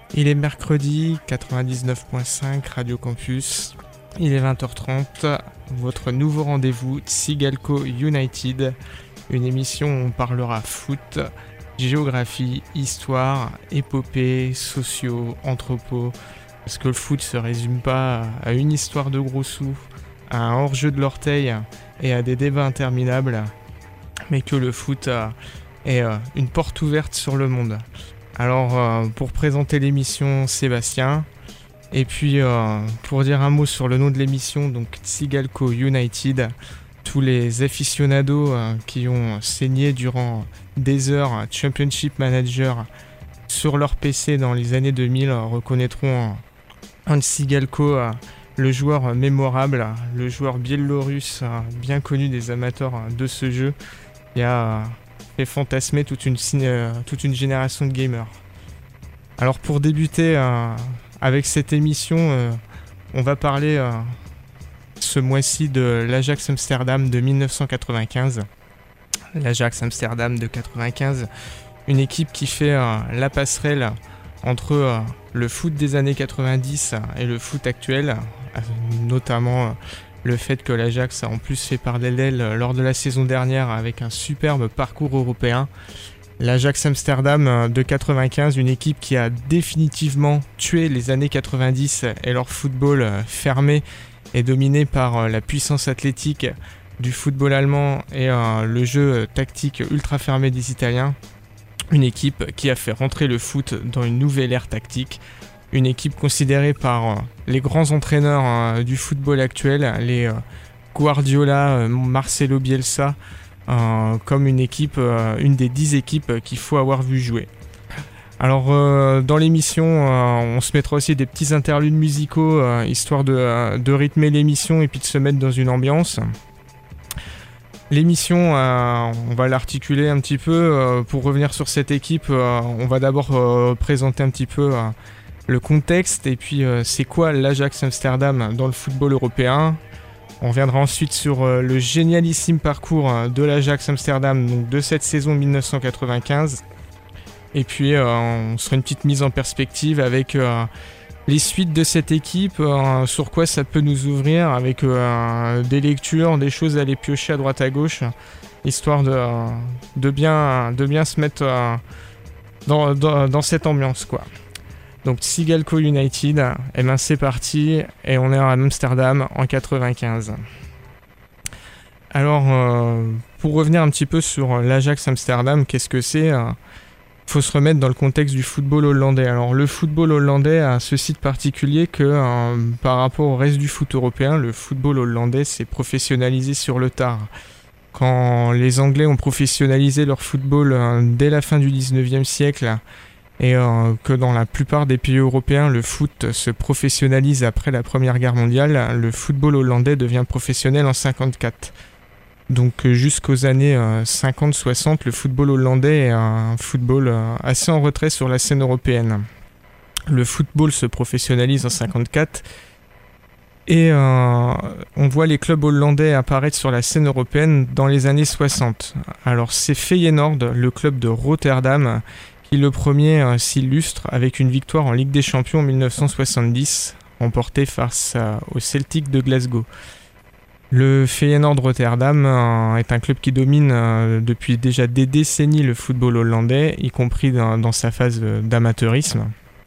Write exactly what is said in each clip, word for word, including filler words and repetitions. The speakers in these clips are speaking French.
Il est mercredi, quatre-vingt-dix-neuf virgule cinq Radio Campus. Il est vingt heures trente. Votre nouveau rendez-vous Tsigalco United. Une émission où on parlera foot, géographie, histoire, épopée, sociaux, anthropos. Parce que le foot se résume pas à une histoire de gros sous, à un hors-jeu de l'orteil et à des débats interminables, mais que le foot est une porte ouverte sur le monde. Alors, euh, pour présenter l'émission, Sébastien. Et puis, euh, pour dire un mot sur le nom de l'émission, donc Tsigalco United, tous les aficionados euh, qui ont saigné durant des heures Championship Manager sur leur P C dans les années deux mille euh, reconnaîtront en euh, Tsigalco euh, le joueur mémorable, le joueur biélorusse euh, bien connu des amateurs euh, de ce jeu. Il y a... Euh, fait fantasmer toute une, euh, toute une génération de gamers. Alors pour débuter euh, avec cette émission, euh, on va parler euh, ce mois-ci de l'Ajax Amsterdam de mille neuf cent quatre-vingt-quinze. L'Ajax Amsterdam de quatre-vingt-quinze, une équipe qui fait euh, la passerelle entre euh, le foot des années quatre-vingt-dix et le foot actuel, euh, notamment euh, le fait que l'Ajax a en plus fait parler d'elle lors de la saison dernière avec un superbe parcours européen. L'Ajax Amsterdam de quatre-vingt-quinze, une équipe qui a définitivement tué les années quatre-vingt-dix et leur football fermé et dominé par la puissance athlétique du football allemand et euh, le jeu tactique ultra fermé des Italiens. Une équipe qui a fait rentrer le foot dans une nouvelle ère tactique. Une équipe considérée par euh, les grands entraîneurs euh, du football actuel, les euh, Guardiola, euh, Marcelo Bielsa, euh, comme une équipe, euh, une des dix équipes qu'il faut avoir vu jouer. Alors euh, dans l'émission, euh, on se mettra aussi des petits interludes musicaux, euh, histoire de, euh, de rythmer l'émission et puis de se mettre dans une ambiance. L'émission, euh, on va l'articuler un petit peu. Euh, pour revenir sur cette équipe, euh, on va d'abord euh, présenter un petit peu... Euh, le contexte et puis euh, c'est quoi l'Ajax Amsterdam dans le football européen. On reviendra ensuite sur euh, le génialissime parcours euh, de l'Ajax Amsterdam, donc de cette saison mille neuf cent quatre-vingt-quinze. Et puis euh, on sera une petite mise en perspective avec euh, les suites de cette équipe, euh, sur quoi ça peut nous ouvrir, avec euh, des lectures, des choses à aller piocher à droite à gauche, histoire de, euh, de, bien, de bien se mettre euh, dans, dans, dans cette ambiance, quoi. Donc Tsigalco United, et ben c'est parti, et on est à Amsterdam en quatre-vingt-quinze. Alors, euh, pour revenir un petit peu sur l'Ajax Amsterdam, qu'est-ce que c'est ? Il faut se remettre dans le contexte du football hollandais. Alors le football hollandais a ceci de particulier que euh, par rapport au reste du foot européen, le football hollandais s'est professionnalisé sur le tard. Quand les Anglais ont professionnalisé leur football euh, dès la fin du dix-neuvième siècle, et euh, que dans la plupart des pays européens, le foot se professionnalise après la Première Guerre mondiale, le football hollandais devient professionnel en cinquante-quatre. Donc euh, jusqu'aux années euh, cinquante soixante, le football hollandais est un football euh, assez en retrait sur la scène européenne. Le football se professionnalise en cinquante-quatre et euh, on voit les clubs hollandais apparaître sur la scène européenne dans les années soixante. Alors c'est Feyenoord, le club de Rotterdam, qui le premier euh, s'illustre avec une victoire en Ligue des Champions en mille neuf cent soixante-dix, remportée face euh, au Celtic de Glasgow. Le Feyenoord Rotterdam euh, est un club qui domine euh, depuis déjà des décennies le football hollandais, y compris dans, dans sa phase euh, d'amateurisme.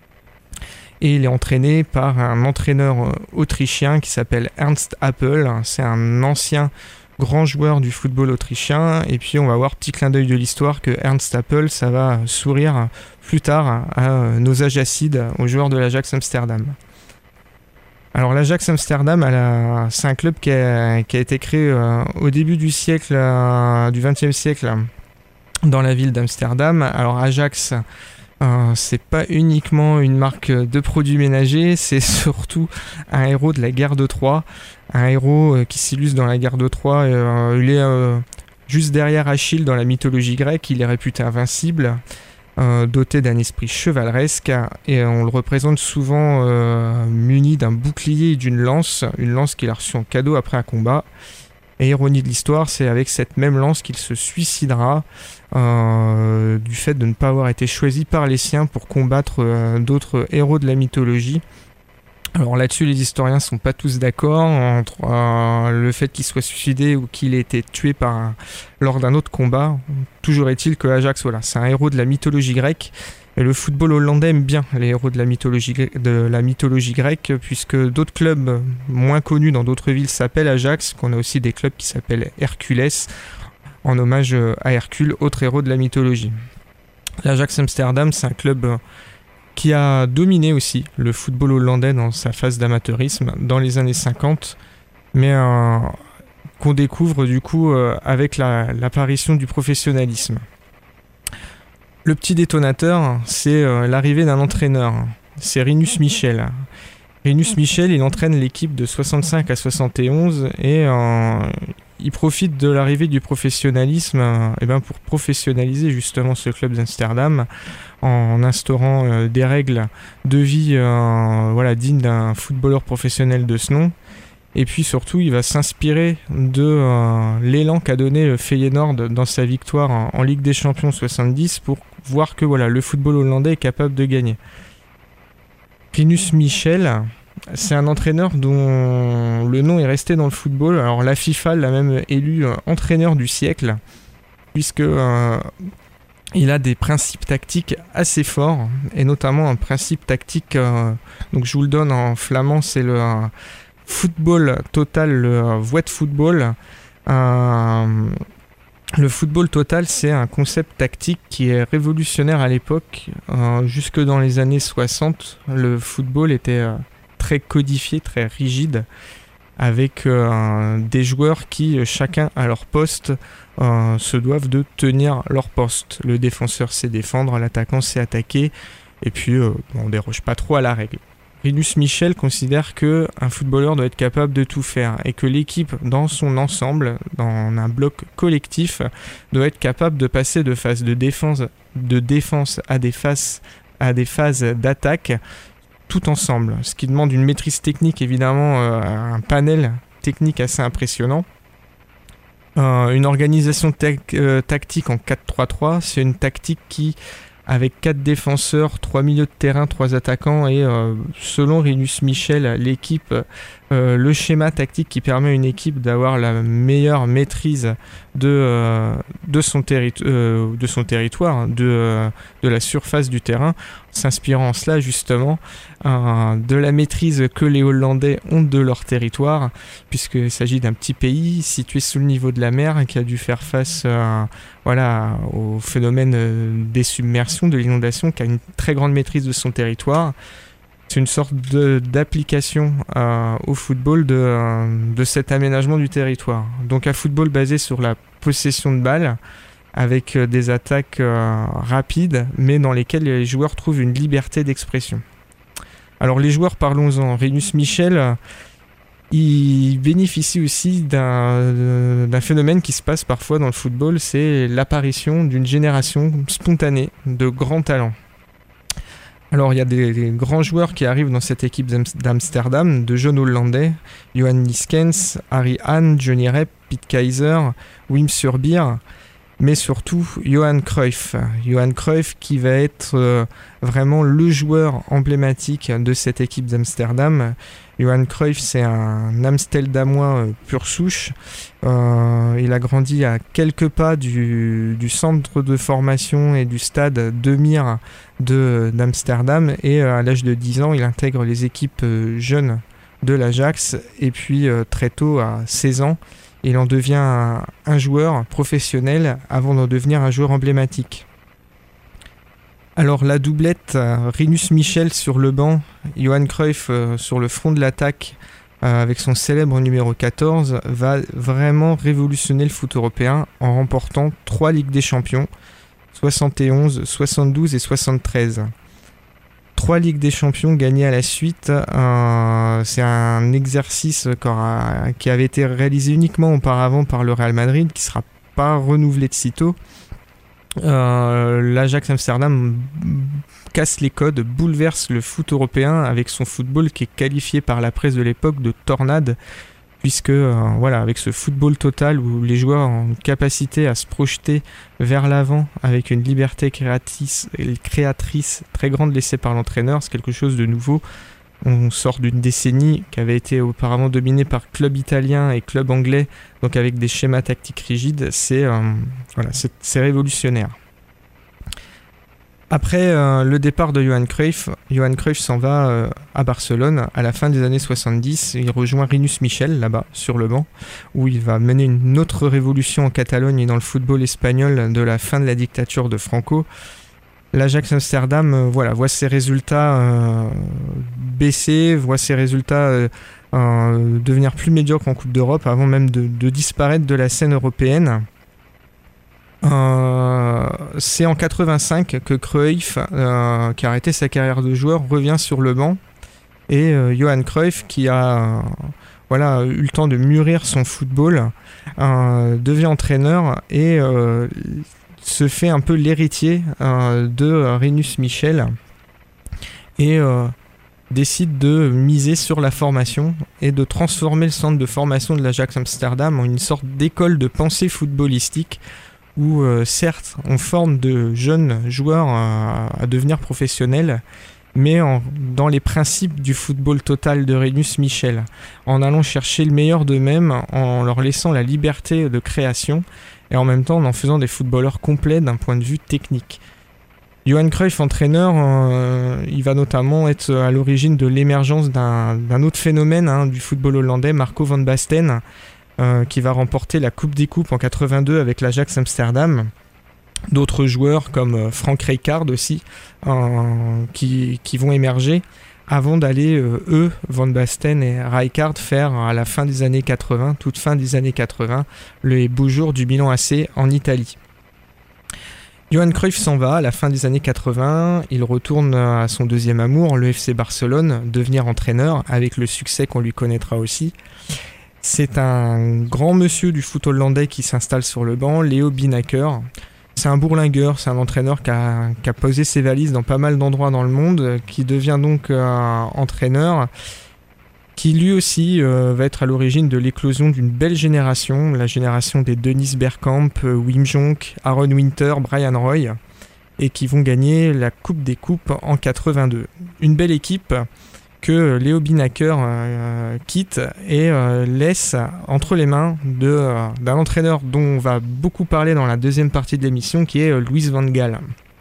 Et il est entraîné par un entraîneur euh, autrichien qui s'appelle Ernst Happel. C'est un ancien grand joueur du football autrichien, et puis on va voir, petit clin d'œil de l'histoire, que Ernst Happel, ça va sourire plus tard à nos Ajacides, aux joueurs de l'Ajax Amsterdam. Alors l'Ajax Amsterdam, elle a, c'est un club qui a, qui a été créé euh, au début du siècle, euh, du vingtième siècle, dans la ville d'Amsterdam. Alors Ajax, euh, c'est pas uniquement une marque de produits ménagers, c'est surtout un héros de la guerre de Troie. Un héros euh, qui s'illustre dans la guerre de Troie. Euh, il est euh, juste derrière Achille dans la mythologie grecque. Il est réputé invincible, euh, doté d'un esprit chevaleresque, et on le représente souvent euh, muni d'un bouclier et d'une lance, une lance qu'il a reçue en cadeau après un combat. Et ironie de l'histoire, c'est avec cette même lance qu'il se suicidera euh, du fait de ne pas avoir été choisi par les siens pour combattre euh, d'autres héros de la mythologie. Alors là-dessus, les historiens sont pas tous d'accord entre euh, le fait qu'il soit suicidé ou qu'il ait été tué par un, lors d'un autre combat. Toujours est-il que Ajax, voilà, c'est un héros de la mythologie grecque. Et le football hollandais aime bien les héros de la mythologie, de la mythologie grecque, puisque d'autres clubs moins connus dans d'autres villes s'appellent Ajax, qu'on a aussi des clubs qui s'appellent Hercules, en hommage à Hercule, autre héros de la mythologie. L'Ajax Amsterdam, c'est un club qui a dominé aussi le football hollandais dans sa phase d'amateurisme dans les années cinquante, mais euh, qu'on découvre du coup euh, avec la, l'apparition du professionnalisme. Le petit détonateur, c'est euh, l'arrivée d'un entraîneur, c'est Rinus Michels. Rinus Michels, il entraîne l'équipe de soixante-cinq à soixante et onze et euh, il profite de l'arrivée du professionnalisme euh, et ben pour professionnaliser justement ce club d'Amsterdam en instaurant euh, des règles de vie euh, voilà, dignes d'un footballeur professionnel de ce nom. Et puis surtout, il va s'inspirer de euh, l'élan qu'a donné le Feyenoord dans sa victoire en, en Ligue des Champions soixante-dix pour voir que voilà, le football hollandais est capable de gagner. Rinus Michels, c'est un entraîneur dont le nom est resté dans le football. Alors la FIFA l'a même élu euh, entraîneur du siècle, puisque euh, il a des principes tactiques assez forts, et notamment un principe tactique, euh, donc je vous le donne en flamand, c'est le euh, football total, le euh, voet football. Euh, le football total, c'est un concept tactique qui est révolutionnaire à l'époque. Euh, jusque dans les années soixante, le football était euh, très codifié, très rigide, avec euh, des joueurs qui, chacun à leur poste, euh, se doivent de tenir leur poste. Le défenseur sait défendre, l'attaquant sait attaquer, et puis euh, on ne déroge pas trop à la règle. Rinus Michels considère qu'un footballeur doit être capable de tout faire et que l'équipe dans son ensemble, dans un bloc collectif, doit être capable de passer de phase de défense, de défense à des phases, à des phases d'attaque tout ensemble, ce qui demande une maîtrise technique, évidemment, euh, un panel technique assez impressionnant. Euh, une organisation ta- euh, tactique en quatre trois trois, c'est une tactique qui, avec quatre défenseurs, trois milieux de terrain, trois attaquants et euh, selon Rinus Michels, l'équipe, euh, le schéma tactique qui permet à une équipe d'avoir la meilleure maîtrise de, euh, de, son, terri- euh, de son territoire, de, euh, de la surface du terrain, s'inspirant en cela justement euh, de la maîtrise que les Hollandais ont de leur territoire, puisqu'il s'agit d'un petit pays situé sous le niveau de la mer qui a dû faire face euh, voilà, au phénomène euh, des submersions, de l'inondation, qui a une très grande maîtrise de son territoire. C'est une sorte de, d'application euh, au football de, euh, de cet aménagement du territoire. Donc un football basé sur la possession de balles, avec euh, des attaques euh, rapides, mais dans lesquelles les joueurs trouvent une liberté d'expression. Alors les joueurs, parlons-en. Rinus Michels, euh, il bénéficie aussi d'un, d'un phénomène qui se passe parfois dans le football, c'est l'apparition d'une génération spontanée de grands talents. Alors il y a des, des grands joueurs qui arrivent dans cette équipe d'Amsterdam, de jeunes Hollandais, Johan Niskens, Harry Hahn, Johnny Rep, Piet Keizer, Wim Surbier, mais surtout Johan Cruyff. Johan Cruyff qui va être euh, vraiment le joueur emblématique de cette équipe d'Amsterdam. Johan Cruyff, c'est un Amsteldamois euh, pure souche. Euh, il a grandi à quelques pas du, du centre de formation et du stade de Mire de, d'Amsterdam. Et euh, à l'âge de dix ans, il intègre les équipes euh, jeunes de l'Ajax. Et puis euh, très tôt, à seize ans, il en devient un, un joueur professionnel avant d'en devenir un joueur emblématique. Alors la doublette, euh, Rinus Michels sur le banc, Johan Cruyff euh, sur le front de l'attaque euh, avec son célèbre numéro quatorze, va vraiment révolutionner le foot européen en remportant trois Ligues des Champions, soixante et onze, soixante-douze et soixante-treize. Trois Ligues des Champions gagnées à la suite, euh, c'est un exercice qui avait été réalisé uniquement auparavant par le Real Madrid, qui ne sera pas renouvelé de sitôt. Euh, L'Ajax Amsterdam casse les codes, bouleverse le foot européen avec son football qui est qualifié par la presse de l'époque de tornade, puisque euh, voilà, avec ce football total où les joueurs ont une capacité à se projeter vers l'avant avec une liberté créatrice, créatrice très grande laissée par l'entraîneur, c'est quelque chose de nouveau. On sort d'une décennie qui avait été auparavant dominée par club italien et club anglais, donc avec des schémas tactiques rigides, c'est, euh, voilà, c'est, c'est révolutionnaire. Après euh, le départ de Johan Cruyff, Johan Cruyff s'en va euh, à Barcelone à la fin des années soixante-dix. Il rejoint Rinus Michel là-bas sur le banc, où il va mener une autre révolution en Catalogne et dans le football espagnol de la fin de la dictature de Franco. L'Ajax Amsterdam euh, voilà, voit ses résultats euh, baisser, voit ses résultats euh, euh, devenir plus médiocres en Coupe d'Europe avant même de, de disparaître de la scène européenne. Euh, c'est en quatre-vingt-cinq que Cruyff, euh, qui a arrêté sa carrière de joueur, revient sur le banc, et euh, Johan Cruyff, qui a euh, voilà, eu le temps de mûrir son football, euh, devient entraîneur et euh, se fait un peu l'héritier euh, de euh, Rinus Michel et euh, décide de miser sur la formation et de transformer le centre de formation de l'Ajax Amsterdam en une sorte d'école de pensée footballistique où euh, certes on forme de jeunes joueurs euh, à devenir professionnels, mais en, dans les principes du football total de Rinus Michel, en allant chercher le meilleur d'eux-mêmes, en leur laissant la liberté de création et en même temps en faisant des footballeurs complets d'un point de vue technique. Johan Cruyff, entraîneur, euh, il va notamment être à l'origine de l'émergence d'un, d'un autre phénomène hein, du football hollandais, Marco van Basten, Euh, qui va remporter la Coupe des Coupes en quatre-vingt-deux avec l'Ajax Amsterdam. D'autres joueurs comme euh, Frank Rijkaard aussi euh, qui, qui vont émerger avant d'aller, euh, eux, Van Basten et Rijkaard, faire à la fin des années quatre-vingts, toute fin des années quatre-vingts, les beaux jours du Milan A C en Italie. Johan Cruyff s'en va à la fin des années quatre-vingts, il retourne à son deuxième amour, le F C Barcelone, devenir entraîneur avec le succès qu'on lui connaîtra aussi. C'est un grand monsieur du foot hollandais qui s'installe sur le banc, Léo Binaker. C'est un bourlingueur, c'est un entraîneur qui a, qui a posé ses valises dans pas mal d'endroits dans le monde, qui devient donc un entraîneur, qui lui aussi euh, va être à l'origine de l'éclosion d'une belle génération, la génération des Dennis Bergkamp, Wim Jonk, Aaron Winter, Brian Roy, et qui vont gagner la Coupe des Coupes en quatre-vingt-deux. Une belle équipe que Léo Binaker euh, quitte et euh, laisse entre les mains de, euh, d'un entraîneur dont on va beaucoup parler dans la deuxième partie de l'émission, qui est euh, Louis van Gaal.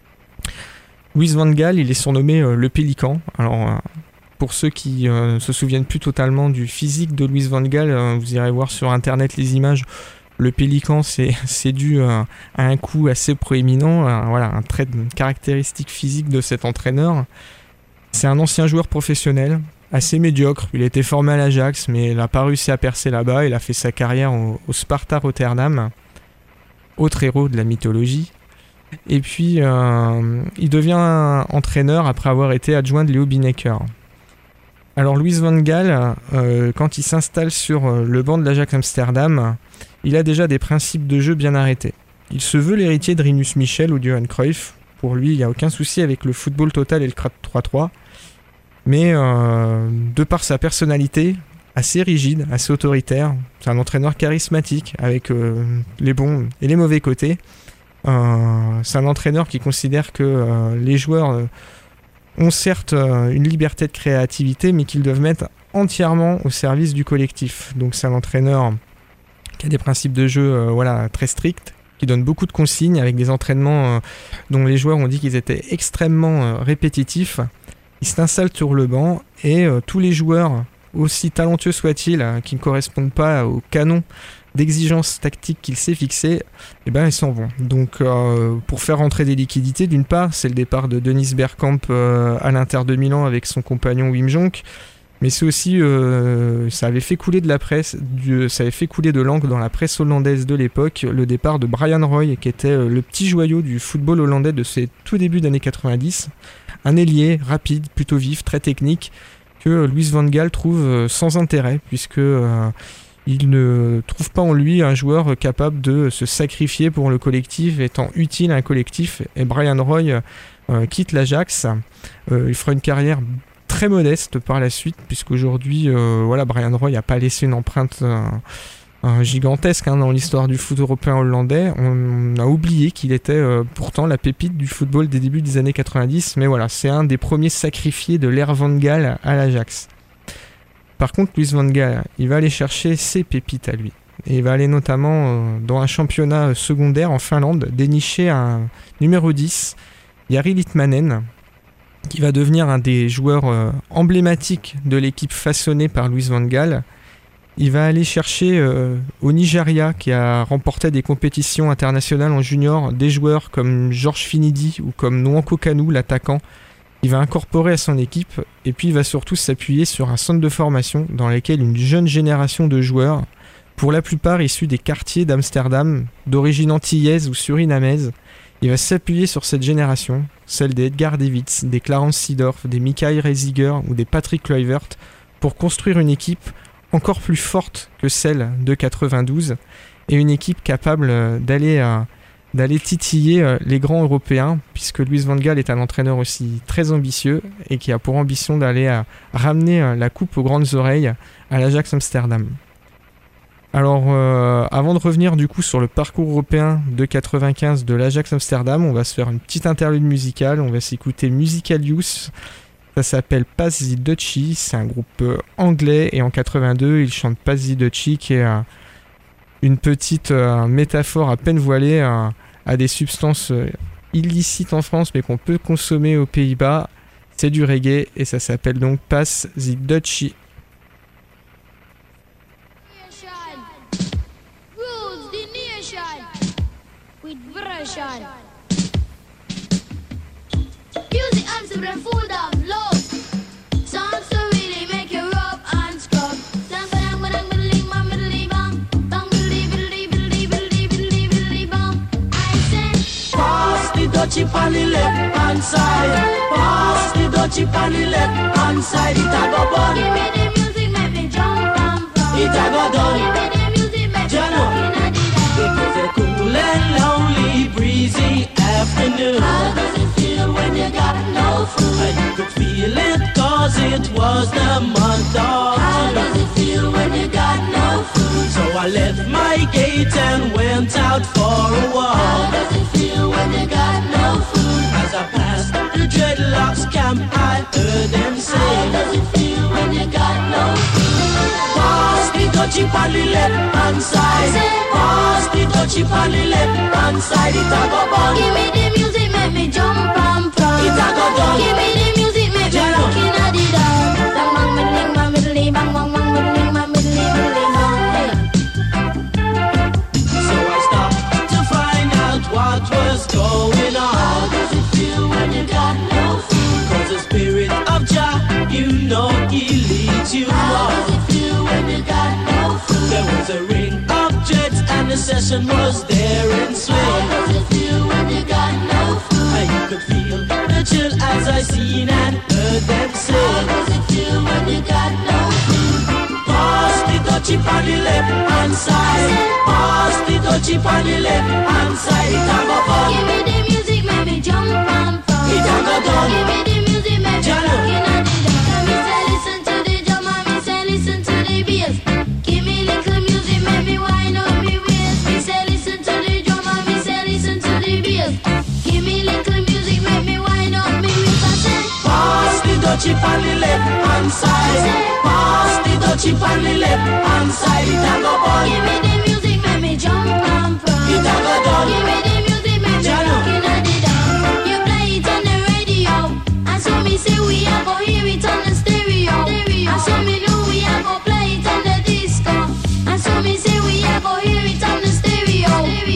Louis van Gaal, il est surnommé euh, le Pélican. Alors, euh, pour ceux qui ne euh, se souviennent plus totalement du physique de Louis van Gaal, euh, vous irez voir sur internet les images. Le Pélican, c'est, c'est dû euh, à un coup assez proéminent, euh, voilà, un trait de caractéristique physique de cet entraîneur. C'est un ancien joueur professionnel, assez médiocre. Il a été formé à l'Ajax, mais il n'a pas réussi à percer là-bas. Il a fait sa carrière au, au Sparta Rotterdam, autre héros de la mythologie. Et puis, euh, il devient entraîneur après avoir été adjoint de Léo Binaker. Alors, Louis van Gaal, euh, quand il s'installe sur le banc de l'Ajax Amsterdam, il a déjà des principes de jeu bien arrêtés. Il se veut l'héritier de Rinus Michel ou de Johan Cruyff. Pour lui, il n'y a aucun souci avec le football total et le quatre trois trois. Mais euh, de par sa personnalité assez rigide, assez autoritaire, c'est un entraîneur charismatique avec euh, les bons et les mauvais côtés. Euh, c'est un entraîneur qui considère que euh, les joueurs euh, ont certes euh, une liberté de créativité, mais qu'ils doivent mettre entièrement au service du collectif. Donc c'est un entraîneur qui a des principes de jeu euh, voilà, très stricts, qui donne beaucoup de consignes avec des entraînements euh, dont les joueurs ont dit qu'ils étaient extrêmement euh, répétitifs. Il s'installe sur le banc et euh, tous les joueurs, aussi talentueux soient-ils, euh, qui ne correspondent pas au canon d'exigence tactique qu'il s'est fixé, eh ben, ils s'en vont. Donc euh, pour faire rentrer des liquidités, d'une part, c'est le départ de Dennis Bergkamp euh, à l'Inter de Milan avec son compagnon Wim Jonk, mais c'est aussi, euh, ça avait fait couler de la presse, du, ça avait fait couler de l'encre dans la presse hollandaise de l'époque, le départ de Brian Roy, qui était euh, le petit joyau du football hollandais de ses tout débuts d'années quatre-vingt-dix, un ailier rapide, plutôt vif, très technique, que Louis van Gaal trouve euh, sans intérêt, puisque euh, il ne trouve pas en lui un joueur capable de se sacrifier pour le collectif, étant utile à un collectif. Et Brian Roy euh, quitte l'Ajax, euh, il fera une carrière très modeste par la suite, puisqu'aujourd'hui, euh, voilà, Brian Roy n'a pas laissé une empreinte euh, euh, gigantesque hein, dans l'histoire du foot européen hollandais. On a oublié qu'il était euh, pourtant la pépite du football des débuts des années quatre-vingt-dix, mais voilà, c'est un des premiers sacrifiés de l'ère Van Gaal à l'Ajax. Par contre, Louis Van Gaal, il va aller chercher ses pépites à lui. Et il va aller notamment euh, dans un championnat secondaire en Finlande, dénicher un numéro dix, Jari Litmanen, qui va devenir un des joueurs euh, emblématiques de l'équipe façonnée par Louis Van Gaal. Il va aller chercher euh, au Nigeria, qui a remporté des compétitions internationales en junior, des joueurs comme Georges Finidi ou comme Nwankwo Kanu, l'attaquant. Il va incorporer à son équipe, et puis il va surtout s'appuyer sur un centre de formation dans lequel une jeune génération de joueurs, pour la plupart issus des quartiers d'Amsterdam, d'origine antillaise ou surinamaise, il va s'appuyer sur cette génération, celle des Edgar Davids, des Clarence Seedorf, des Michael Reisiger ou des Patrick Kluivert, pour construire une équipe encore plus forte que celle de quatre-vingt-douze, et une équipe capable d'aller, euh, d'aller titiller euh, les grands européens, puisque Louis Van Gaal est un entraîneur aussi très ambitieux, et qui a pour ambition d'aller euh, ramener euh, la coupe aux grandes oreilles à l'Ajax Amsterdam. Alors, euh, avant de revenir du coup sur le parcours européen de quatre-vingt-quinze de l'Ajax Amsterdam, on va se faire une petite interlude musicale, on va s'écouter Musical Youth, ça s'appelle Pass the Dutchie, c'est un groupe euh, anglais, et en quatre-vingt-deux, ils chantent Pass the Dutchie, qui est euh, une petite euh, métaphore à peine voilée euh, à des substances euh, illicites en France, mais qu'on peut consommer aux Pays-Bas. C'est du reggae, et ça s'appelle donc Pass the Dutchie. Music Amsterdam full of love. Songs to really make you rub and scrub. Bang bang bang bang bang bang bang bang bang bang bang. I say, pass the dutchie on the left hand side. Pass the dutchie on the left hand side. It a go bun. Give me the music, make me jump and from. It a go done. Give me the music, make me walk in the It was a cool and lonely, breezy afternoon. How does it feel when you got no food? I could feel it cause it was the month of How does it feel when you got no food? So I left my gate and went out for a walk. How does it feel when you got no food? As I passed the dreadlocks camp, I heard them say, How does it feel when you got no food? pass the dutchie on the left hand side. Pass the dutchie on the left hand side. It a go bun. Give me the music, make me jump and prance. It a go done. Give me the music, make me Jello. walk in the dance. Bang bang middling, bang middling, bang bang bang middling, bang middling, middling, bang. So I stopped to find out what was going How on. does it feel when you got no food? Cause the spirit of Jah, you know he leads you How does on. it feel when you got no food? There was a ring of dreads and the session was there in How swing. does it feel when you got no food? I could feel the chill as I seen and heard them How sing. does it feel when you got no food? Pass the dutchie on the left hand side. Pass the dutchie on the left hand side. It a go bun. Give me the music, make me jump and prance. It a go done. Give me the music, make me Jello. walk in the dance. Me say listen to the drum and me say listen to the bass. Give me little music, make me wind up me waist. Me say listen to the drum and me say listen to the bass. Give me little music, make me wind up me waist. I say, Pass the dutchie on the left hand side. Pass the dutchie on the left hand side. It a go bun. give me the music, make me jump and prance. It a go done. Give me the music, make me Jello. walk in the dance. You play it on the radio, and so me say we a go hear it on the stereo. And so me know we a go play it on the disco. And so me say we a go hear it on the stereo.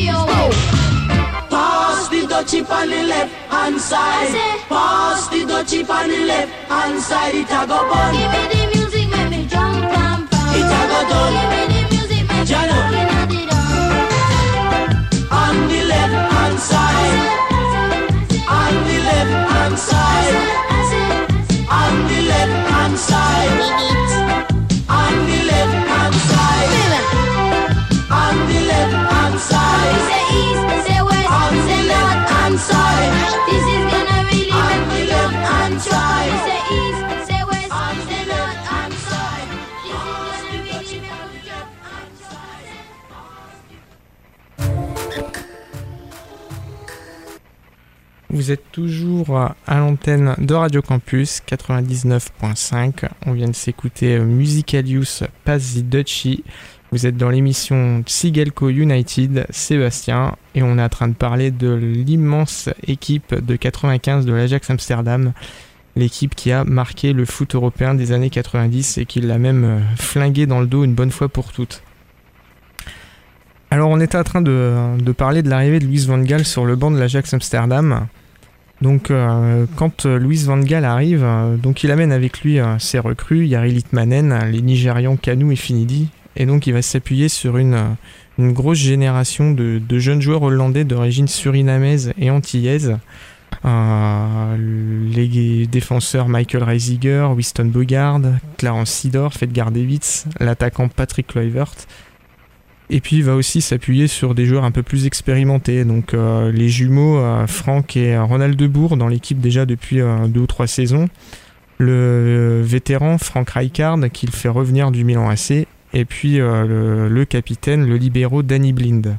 Pass the dutchie on the left hand side. Pass the dutchie on the left hand side. It a go bun. Give me the music, make me jump and prance. It a go done. Give me the music, make me Jello. walk in the dance. On the left hand side. On the left hand side. On the left hand side. On the left hand side. On the left hand side. Say east, say west, On the say left north hand and side. south. This is gonna really On make me the jump left hand and try. side. Say east, say west, Vous êtes toujours à l'antenne de Radio Campus quatre-vingt-dix-neuf virgule cinq. On vient de s'écouter Musicalius Pass the Dutchie. Vous êtes dans l'émission Tsigalco United, Sébastien, et on est en train de parler de l'immense équipe de quatre-vingt-quinze de l'Ajax Amsterdam, l'équipe qui a marqué le foot européen des années quatre-vingt-dix et qui l'a même flingué dans le dos une bonne fois pour toutes. Alors on était en train de, de parler de l'arrivée de Louis van Gaal sur le banc de l'Ajax Amsterdam. Donc euh, quand Louis van Gaal arrive, euh, donc il amène avec lui euh, ses recrues, Jari Litmanen, les Nigérians Kanu et Finidi, et donc il va s'appuyer sur une, une grosse génération de, de jeunes joueurs hollandais d'origine surinamaise et antillaise. Euh, les défenseurs Michael Reisiger, Winston Bogarde, Clarence Seedorf, Edgar Davids, l'attaquant Patrick Kluivert. Et puis il va aussi s'appuyer sur des joueurs un peu plus expérimentés, donc euh, les jumeaux euh, Franck et Ronald de Boer dans l'équipe déjà depuis euh, deux ou trois saisons, le euh, vétéran Frank Rijkaard qui le fait revenir du Milan A C, et puis euh, le, le capitaine, le libéro Danny Blind.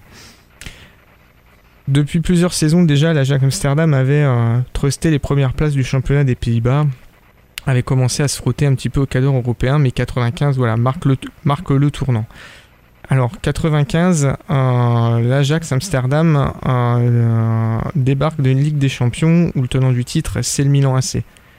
Depuis plusieurs saisons déjà, l'Ajax Amsterdam avait euh, trusté les premières places du championnat des Pays-Bas, avait commencé à se frotter un petit peu au cadre européen, mais quatre-vingt-quinze voilà, marque, le, marque le tournant. Alors quatre-vingt-quinze, euh, l'Ajax Amsterdam euh, euh, débarque d'une Ligue des Champions où le tenant du titre c'est le Milan A C.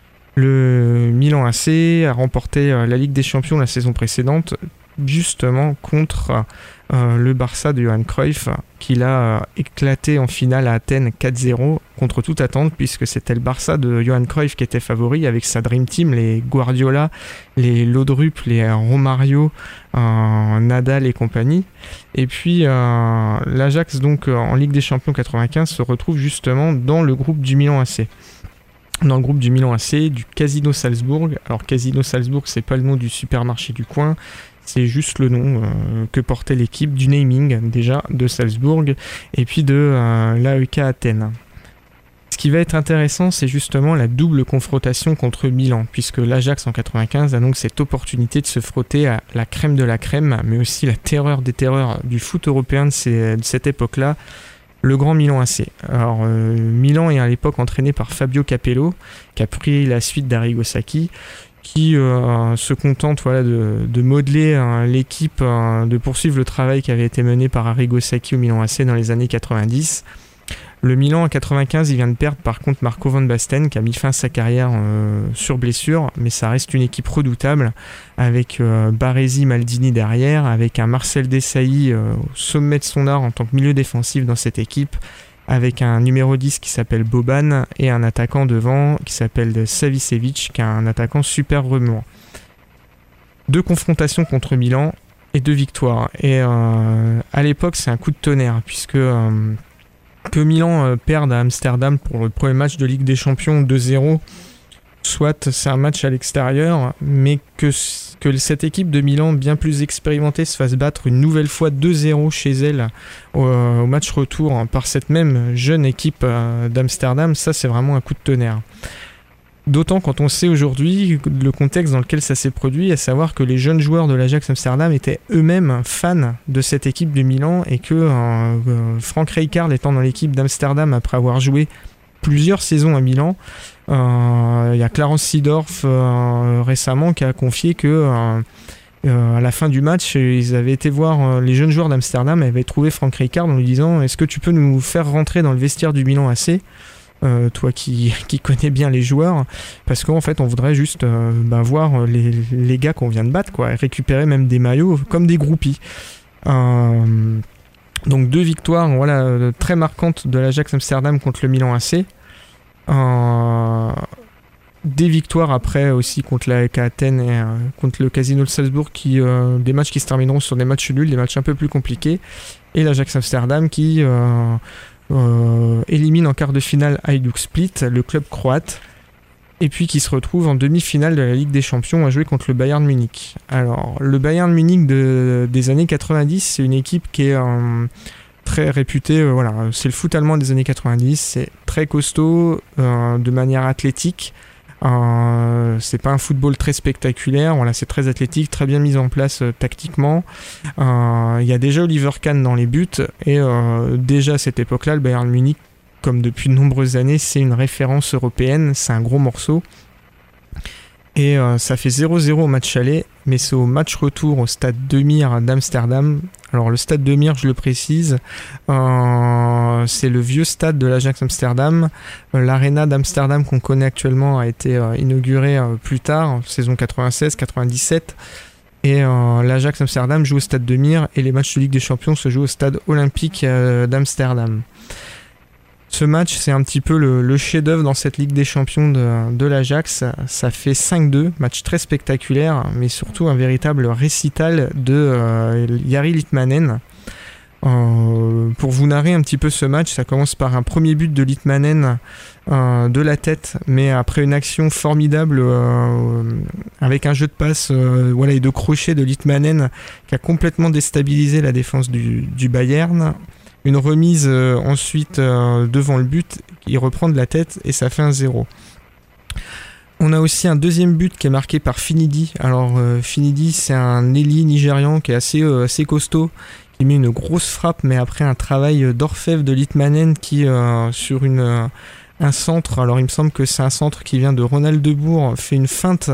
Le Milan A C a remporté euh, la Ligue des Champions la saison précédente justement contre euh, le Barça de Johan Cruyff qui l'a euh, éclaté en finale à Athènes quatre zéro contre toute attente puisque c'était le Barça de Johan Cruyff qui était favori avec sa Dream Team, les Guardiola, les Laudrup, les Romario, euh, Nadal et compagnie. Et puis euh, l'Ajax donc en Ligue des Champions quatre-vingt-quinze se retrouve justement dans le groupe du Milan A C. Dans le groupe du Milan A C, du Casino Salzbourg. Alors Casino Salzbourg, c'est pas le nom du supermarché du coin, c'est juste le nom euh, que portait l'équipe, du naming déjà de Salzbourg et puis de euh, l'A E K Athènes. Ce qui va être intéressant, c'est justement la double confrontation contre Milan, puisque l'Ajax en quatre-vingt-quinze a donc cette opportunité de se frotter à la crème de la crème, mais aussi la terreur des terreurs du foot européen de, ces, de cette époque-là, le grand Milan A C. Alors euh, Milan est à l'époque entraîné par Fabio Capello, qui a pris la suite d'Arrigo Sacchi, qui euh, se contente voilà, de, de modeler euh, l'équipe, euh, de poursuivre le travail qui avait été mené par Arrigo Sacchi au Milan A C dans les années quatre-vingt-dix. Le Milan en quatre-vingt-quinze, il vient de perdre par contre Marco van Basten qui a mis fin à sa carrière euh, sur blessure, mais ça reste une équipe redoutable avec euh, Baresi, Maldini derrière, avec un Marcel Desailly euh, au sommet de son art en tant que milieu défensif dans cette équipe, avec un numéro dix qui s'appelle Boban et un attaquant devant qui s'appelle Savicevic qui est un attaquant super remuant. Deux confrontations contre Milan et deux victoires. Et euh, à l'époque c'est un coup de tonnerre puisque euh, que Milan euh, perde à Amsterdam pour le premier match de Ligue des Champions deux zéro, soit c'est un match à l'extérieur, mais que, que cette équipe de Milan bien plus expérimentée se fasse battre une nouvelle fois deux zéro chez elle au, au match retour hein, par cette même jeune équipe euh, d'Amsterdam, ça c'est vraiment un coup de tonnerre. D'autant quand on sait aujourd'hui le contexte dans lequel ça s'est produit, à savoir que les jeunes joueurs de l'Ajax Amsterdam étaient eux-mêmes fans de cette équipe de Milan et que euh, euh, Frank Rijkaard étant dans l'équipe d'Amsterdam après avoir joué plusieurs saisons à Milan, il euh, y a Clarence Seedorf euh, récemment qui a confié que euh, euh, à la fin du match ils avaient été voir euh, les jeunes joueurs d'Amsterdam et avaient trouvé Frank Rijkaard en lui disant est-ce que tu peux nous faire rentrer dans le vestiaire du Milan A C ? Euh, toi qui, qui connais bien les joueurs, parce qu'en fait on voudrait juste euh, bah, voir les, les gars qu'on vient de battre, quoi, et récupérer même des maillots comme des groupies. Euh, donc deux victoires voilà, très marquantes de l'Ajax Amsterdam contre le Milan A C. Euh, des victoires après aussi contre l'A E K Athènes et euh, contre le Casino de Salzbourg, qui, euh, des matchs qui se termineront sur des matchs nuls, des matchs un peu plus compliqués, et l'Ajax Amsterdam qui euh, Euh, élimine en quart de finale Hajduk Split, le club croate, et puis qui se retrouve en demi-finale de la Ligue des Champions à jouer contre le Bayern Munich. Alors, le Bayern Munich de, des années quatre-vingt-dix, c'est une équipe qui est euh, très réputée, euh, voilà, c'est le foot allemand des années quatre-vingt-dix, c'est très costaud, euh, de manière athlétique, Euh, c'est pas un football très spectaculaire, voilà, c'est très athlétique, très bien mis en place euh, tactiquement. Il euh, y a déjà Oliver Kahn dans les buts, et euh, déjà à cette époque-là, le Bayern Munich comme depuis de nombreuses années, c'est une référence européenne, c'est un gros morceau. Et euh, ça fait zéro zéro au match aller, mais c'est au match retour au stade De Meer d'Amsterdam. Alors le stade De Meer, je le précise, euh, c'est le vieux stade de l'Ajax Amsterdam. Euh, L'aréna d'Amsterdam qu'on connaît actuellement a été euh, inaugurée euh, plus tard, saison quatre-vingt-seize quatre-vingt-dix-sept. Et euh, l'Ajax Amsterdam joue au stade De Meer et les matchs de Ligue des Champions se jouent au stade olympique euh, d'Amsterdam. Ce match, c'est un petit peu le, le chef-d'œuvre dans cette Ligue des Champions de, de l'Ajax. Ça fait cinq deux, match très spectaculaire, mais surtout un véritable récital de euh, Jari Litmanen. Euh, pour vous narrer un petit peu ce match, ça commence par un premier but de Litmanen euh, de la tête, mais après une action formidable euh, avec un jeu de passe euh, voilà, et de crochet de Litmanen qui a complètement déstabilisé la défense du, du Bayern. Une remise euh, ensuite euh, devant le but, il reprend de la tête et ça fait un zéro. On a aussi un deuxième but qui est marqué par Finidi. Alors euh, Finidi, c'est un ailier nigérian qui est assez, euh, assez costaud, qui met une grosse frappe, mais après un travail d'orfèvre de Litmanen qui euh, sur une, euh, un centre, alors il me semble que c'est un centre qui vient de Ronald Debourg, fait une feinte,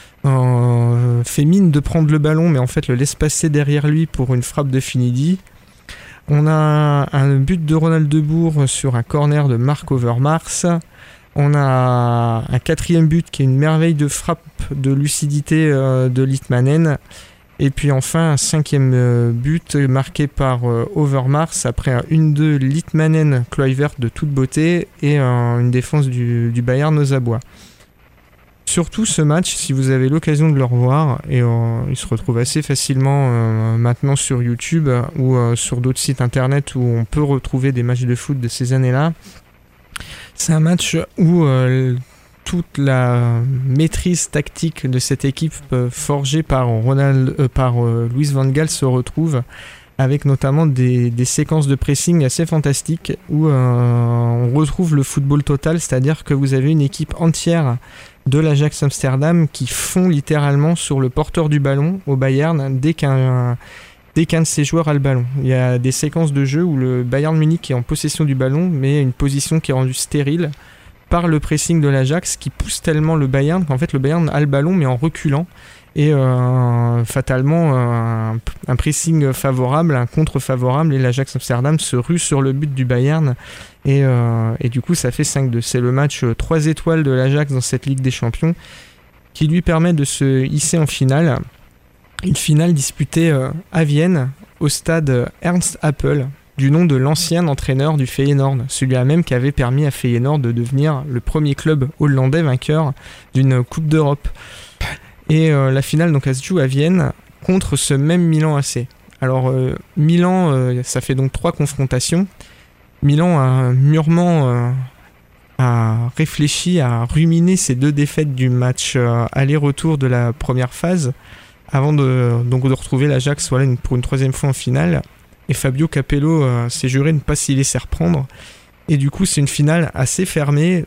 euh, fait mine de prendre le ballon, mais en fait le laisse passer derrière lui pour une frappe de Finidi. On a un but de Ronald Debourg sur un corner de Marc Overmars. On a un quatrième but qui est une merveille de frappe de lucidité euh, de Litmanen. Et puis enfin un cinquième euh, but marqué par euh, Overmars après un un deux Litmanen-Kluivert de toute beauté et euh, une défense du, du Bayern aux abois. Surtout ce match, si vous avez l'occasion de le revoir, et euh, il se retrouve assez facilement euh, maintenant sur YouTube ou euh, sur d'autres sites internet où on peut retrouver des matchs de foot de ces années-là. C'est un match où euh, toute la maîtrise tactique de cette équipe euh, forgée par, Ronald, euh, par euh, Louis van Gaal se retrouve, avec notamment des, des séquences de pressing assez fantastiques où euh, on retrouve le football total, c'est-à-dire que vous avez une équipe entière de l'Ajax Amsterdam qui fond littéralement sur le porteur du ballon au Bayern dès qu'un, dès qu'un de ses joueurs a le ballon. Il y a des séquences de jeu où le Bayern Munich est en possession du ballon, mais une position qui est rendue stérile par le pressing de l'Ajax qui pousse tellement le Bayern qu'en fait le Bayern a le ballon mais en reculant. Et euh, fatalement euh, un, un pressing favorable, un contre favorable, et l'Ajax Amsterdam se rue sur le but du Bayern et, euh, et du coup ça fait cinq deux. C'est le match euh, trois étoiles de l'Ajax dans cette Ligue des Champions qui lui permet de se hisser en finale. Une finale disputée euh, à Vienne au stade Ernst Happel, du nom de l'ancien entraîneur du Feyenoord, celui-là même qui avait permis à Feyenoord de devenir le premier club hollandais vainqueur d'une Coupe d'Europe. Et euh, la finale, donc, elle se joue à Vienne contre ce même Milan A C. Alors, euh, Milan, euh, ça fait donc trois confrontations. Milan a mûrement euh, a réfléchi, a ruminé ces deux défaites du match euh, aller-retour de la première phase avant de, donc, de retrouver l'Ajax voilà, une, pour une troisième fois en finale. Et Fabio Capello euh, s'est juré de ne pas s'y laisser reprendre. Et du coup, c'est une finale assez fermée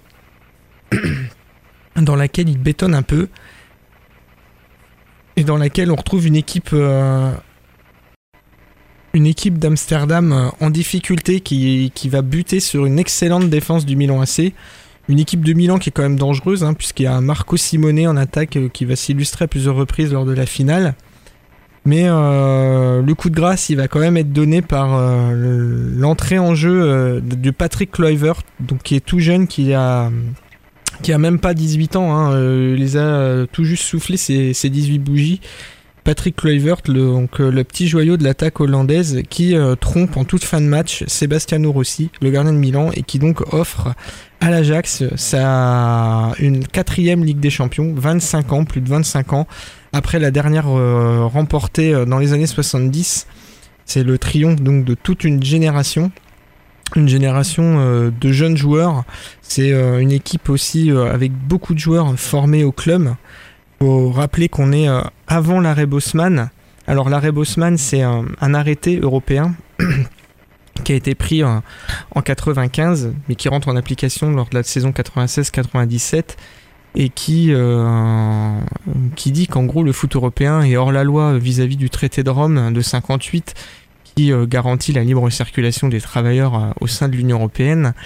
dans laquelle il bétonne un peu. Et dans laquelle on retrouve une équipe euh, une équipe d'Amsterdam euh, en difficulté qui, qui va buter sur une excellente défense du Milan A C. Une équipe de Milan qui est quand même dangereuse, hein, puisqu'il y a Marco Simone en attaque euh, qui va s'illustrer à plusieurs reprises lors de la finale. Mais euh, le coup de grâce, il va quand même être donné par euh, le, l'entrée en jeu euh, de Patrick Kluivert, donc qui est tout jeune, qui a... qui a même pas dix-huit ans, hein, euh, il les a euh, tout juste soufflé ses, ses dix-huit bougies. Patrick Kluivert, le, donc, euh, le petit joyau de l'attaque hollandaise, qui euh, trompe en toute fin de match Sebastiano Rossi, le gardien de Milan, et qui donc offre à l'Ajax sa une quatrième Ligue des Champions, vingt-cinq ans, plus de vingt-cinq ans, après la dernière euh, remportée euh, dans les années soixante-dix. C'est le triomphe donc de toute une génération. Une génération euh, de jeunes joueurs. C'est euh, une équipe aussi euh, avec beaucoup de joueurs formés au club. Il faut rappeler qu'on est euh, avant l'arrêt Bosman. Alors l'arrêt Bosman, c'est un, un arrêté européen qui a été pris euh, en quatre-vingt-quinze, mais qui rentre en application lors de la saison quatre-vingt-seize quatre-vingt-dix-sept, et qui, euh, qui dit qu'en gros le foot européen est hors la loi vis-à-vis du traité de Rome de cinquante-huit, qui euh, garantit la libre circulation des travailleurs euh, au sein de l'Union européenne,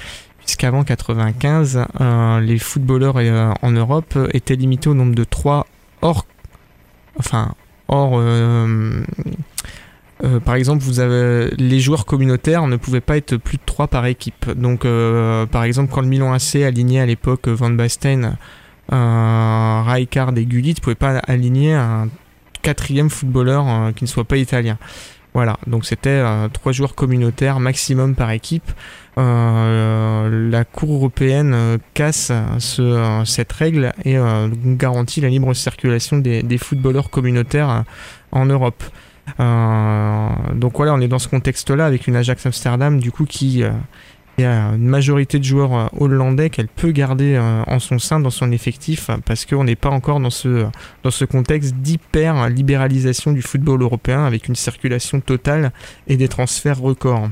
puisqu'avant quatre-vingt-quinze, euh, les footballeurs euh, en Europe étaient limités au nombre de trois hors... Enfin, hors... Euh, euh, par exemple, vous avez, les joueurs communautaires ne pouvaient pas être plus de trois par équipe. Donc, euh, par exemple, quand le Milan A C alignait à l'époque Van Basten, euh, Rijkaard et Gullit, ne pouvaient pas aligner un quatrième footballeur euh, qui ne soit pas italien. Voilà, donc c'était euh, trois joueurs communautaires maximum par équipe. Euh, la Cour européenne euh, casse ce, euh, cette règle et euh, garantit la libre circulation des, des footballeurs communautaires euh, en Europe. Euh, donc voilà, on est dans ce contexte-là avec une Ajax Amsterdam du coup qui... Euh, Il y a une majorité de joueurs euh, hollandais qu'elle peut garder euh, en son sein, dans son effectif, parce qu'on n'est pas encore dans ce, dans ce contexte d'hyper-libéralisation du football européen avec une circulation totale et des transferts records.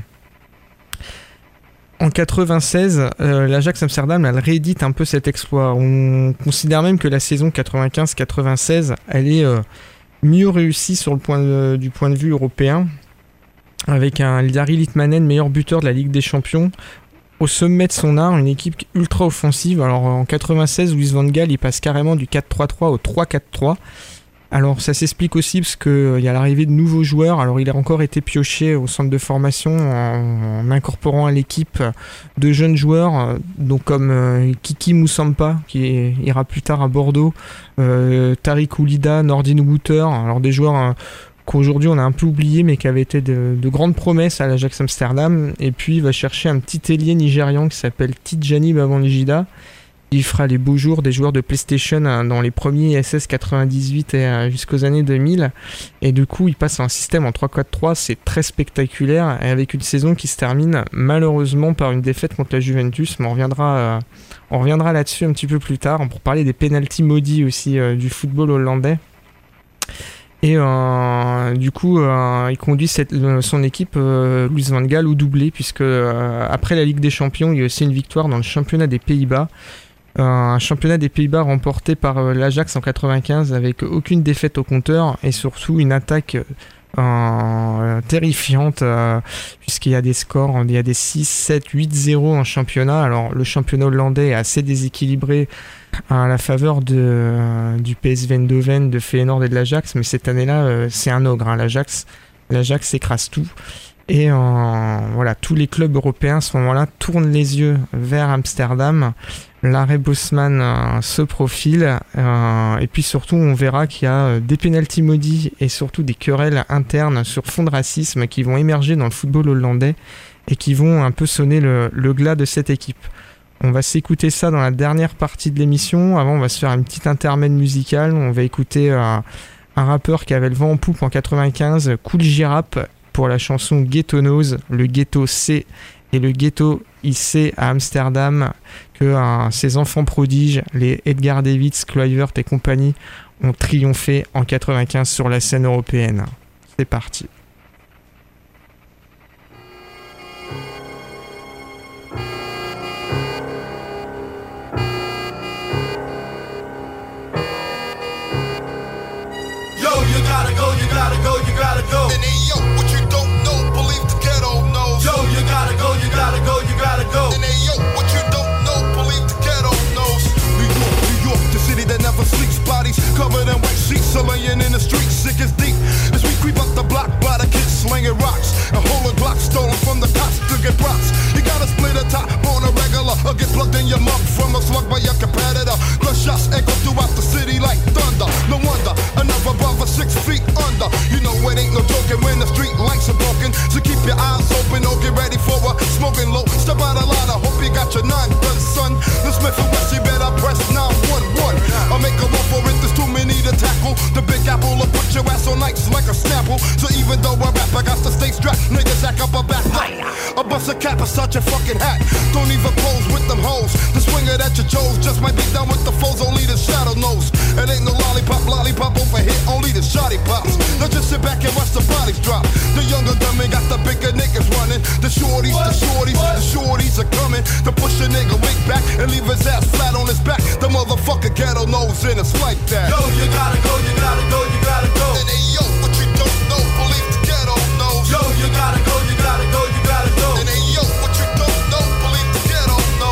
En quatre-vingt-seize, euh, l'Ajax Amsterdam elle réédite un peu cet exploit. On considère même que la saison quatre-vingt-quinze quatre-vingt-seize, elle est euh, mieux réussie sur le point de, du point de vue européen, avec un Jari Litmanen, meilleur buteur de la Ligue des Champions, au sommet de son art, une équipe ultra offensive. Alors en quatre-vingt-seize, Louis van Gaal il passe carrément du quatre trois trois au trois quatre trois. Alors ça s'explique aussi parce qu'il euh, y a l'arrivée de nouveaux joueurs. Alors il a encore été pioché au centre de formation en, en incorporant à l'équipe de jeunes joueurs, euh, donc comme euh, Kiki Moussampa qui est, ira plus tard à Bordeaux, euh, Tariq Oulida, Nordin Wouter, alors des joueurs... Euh, qu'aujourd'hui on a un peu oublié mais qui avait été de, de grandes promesses à l'Ajax Amsterdam. Et puis il va chercher un petit ailier nigérian qui s'appelle Tijani Babangida. Il fera les beaux jours des joueurs de PlayStation dans les premiers S S quatre-vingt-dix-huit et jusqu'aux années deux mille. Et du coup il passe à un système en trois quatre trois, c'est très spectaculaire, et avec une saison qui se termine malheureusement par une défaite contre la Juventus, mais on reviendra, euh, on reviendra là-dessus un petit peu plus tard pour parler des pénaltys maudits aussi euh, du football hollandais. Et euh, du coup, euh, il conduit cette, son équipe, euh, Louis van Gaal, au doublé, puisque euh, après la Ligue des Champions, il y a aussi une victoire dans le championnat des Pays-Bas. Euh, un championnat des Pays-Bas remporté par euh, l'Ajax en quatre-vingt-quinze avec aucune défaite au compteur et surtout une attaque euh, terrifiante, euh, puisqu'il y a des scores, il y a des six, sept, huit zéro en championnat. Alors le championnat hollandais est assez déséquilibré à la faveur de, euh, du P S V Eindhoven, de Feyenoord et de l'Ajax, mais cette année-là, euh, c'est un ogre, hein, l'Ajax, l'Ajax écrase tout. Et euh, voilà, tous les clubs européens à ce moment-là tournent les yeux vers Amsterdam. L'arrêt Bosman euh, se profile, euh, et puis surtout on verra qu'il y a euh, des pénaltys maudits et surtout des querelles internes sur fond de racisme qui vont émerger dans le football hollandais et qui vont un peu sonner le, le glas de cette équipe. On va s'écouter ça dans la dernière partie de l'émission. Avant, on va se faire une petite intermède musicale. On va écouter euh, un rappeur qui avait le vent en poupe en quatre-vingt-quinze, Kool G-Rap, pour la chanson Ghetto Nose, le ghetto C et le ghetto I C à Amsterdam, que euh, ces enfants prodiges, les Edgar Davids, Kluivert et compagnie, ont triomphé en quatre-vingt-quinze sur la scène européenne. C'est parti. gotta go, you gotta go, you gotta go. And hey, yo, what you don't know, believe the ghetto knows. Yo, you gotta go, you gotta go, you gotta go. And hey, yo, what you don't know, believe the ghetto knows. New York, New York, the city that never sleeps. Bodies covered in white sheets, are laying in the streets, sick as deep. As we creep up the block, by the kids slinging rocks. And holding blocks stolen from the cops to get props. You gotta split a top on a regular, or get plugged in your mug from a slug by your competitor. Gunshots echo throughout the city like thunder. No wonder, another brother six feet under. You know it ain't no joking when the street lights are broken. So keep your eyes open or get ready for a smoking low. Step out a lot, I hope you got your nine guns, son. The Smith and West, you better press nine one one. I'll make a run for it, there's too many to tackle. The Big Apple will put your ass on ice like a Snapple. So even though I rap, I got to stay strapped. Niggas act up a back a bust a cap inside your fucking hat. Don't even pose with them hoes. The swinger that you chose just might be done with the foes. Only the shadow knows. It ain't no lollipop, lollipop over here. Only the shotty pops. Now just sit back and watch the bodies drop. The younger dummy got the bigger niggas running. The shorties, the shorties, the shorties are coming to push a nigga wig back and leave his ass flat on his back. The motherfucker ghetto knows and it's like that. Yo, you gotta go, you gotta go, you gotta go. And hey, yo, what you don't know, believe the ghetto knows. Yo, you gotta go, you gotta go, you gotta go. And hey, yo, what you don't know, believe the ghetto knows.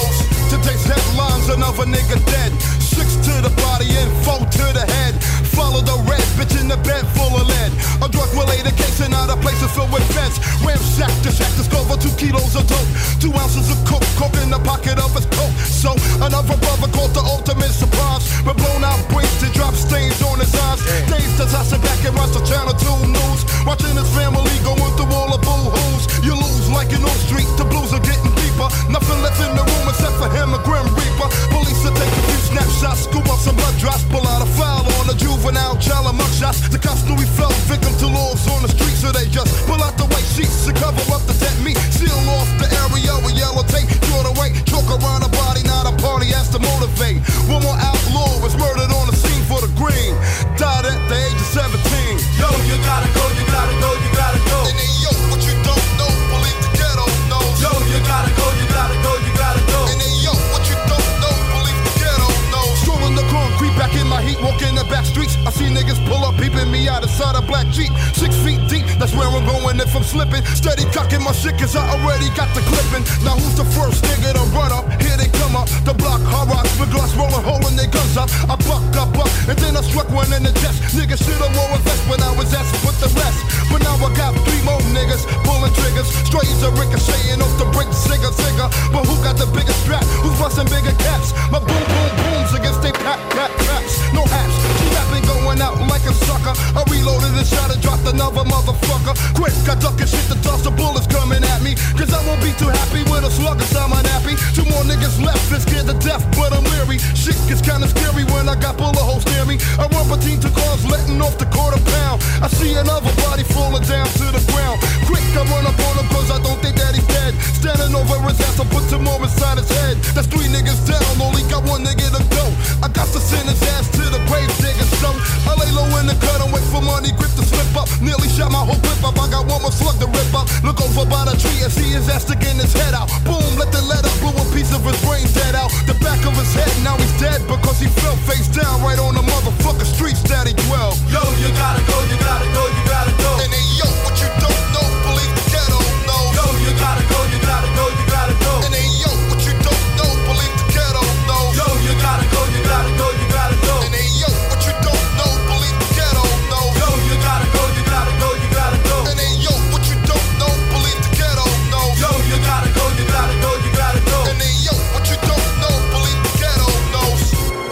nigga dead. Six to the body and four to the head. Follow the red, bitch in the bed full of lead. A drug-related case and other places filled with feds. Ramsack, this hack discover two kilos of dope. Two ounces of coke, coke in the pocket of his coat. So another brother called the ultimate surprise. With blown out bricks to drop stains on his eyes. Days as I sit back and watch the Channel two news. Watching his family going through all the boo-hoos. You lose like in Oak Street, the blues are getting deeper. Nothing left in the room except for him, a Grim Reaper. Police will take a few snapshots, scoop up some blood drops, pull out a file on a juvenile child of mugshots. The cops knew he fell victim to laws on the street, so they just pull out the white sheets to cover up the dead meat. Seal off the area with yellow tape, draw the white chalk around the body. Now the party has to motivate. One more outlaw was murdered on the scene for the green. Died at the age of seventeen. Yo, you gotta go, you gotta go, you gotta go. And then yo, what you don't know, believe the ghetto knows. Yo, you gotta go, you gotta go, you gotta go. And then yo, what you don't know, believe the ghetto knows. Strolling the concrete, back in my heat, walking the back streets. I see niggas pull up, peeping me out inside a black Jeep. Six feet deep, that's where I'm going if I'm slipping. Steady cocking my shit cause I already got the clipping. Now who's the first nigga to run up? Here they come up, the block, hard rocks, with glass rolling, holding their guns up. I buck, I buck, and then I struck one in the chest. Niggas should've wore a vest when I was asked to put the rest. But now I got three more niggas pulling triggers. Strays are ricocheting off the brick, zigger, zigger. But who got the biggest strap? Who's busting bigger caps? My boom, boom, booms against they pat, pat, paps. No hats, G-rapping going out like a sucker. I reloaded and shot and dropped another motherfucker. Quick, I duck and shit to toss the bullets coming at me. Cause I won't be too happy with a slug cause I'm unhappy. Two more niggas left, they're scared to death, but I'm weary. Shit gets kinda scary when I got bullet holes near me. I run between two cars, letting off the quarter pound. I see another body falling down to the ground. Quick, I run up on him cause I don't think that he's dead. Standing over his ass, I put some more inside his head. That's three niggas down, only got one nigga to go. I got to send his ass to the grave digger, so I lay low in the cut and wait for money, grip to slip up. Nearly shot my whole clip up, I got one more slug to rip up. Look over by the tree and see his ass sticking his head out. Boom, let the lead up, blew a piece of his brain dead out. The back of his head, now he's dead because he fell face down right on the motherfucker streets that he dwelled. Yo, you gotta go, you gotta go, you gotta go. And then yo, what you don't know, believe the ghetto knows. Yo, you gotta go, you gotta go, you gotta go. And then yo, what you don't know, believe the ghetto knows. Yo, you gotta go, you gotta go, you gotta go. And then yo, what you don't know, believe the ghetto knows. Yo, you gotta go, you gotta go, you gotta go. And then yo, what you don't know, believe the ghetto knows. Yo, you gotta go, you gotta go, you gotta go. And then yo, what you don't know, believe the ghetto knows.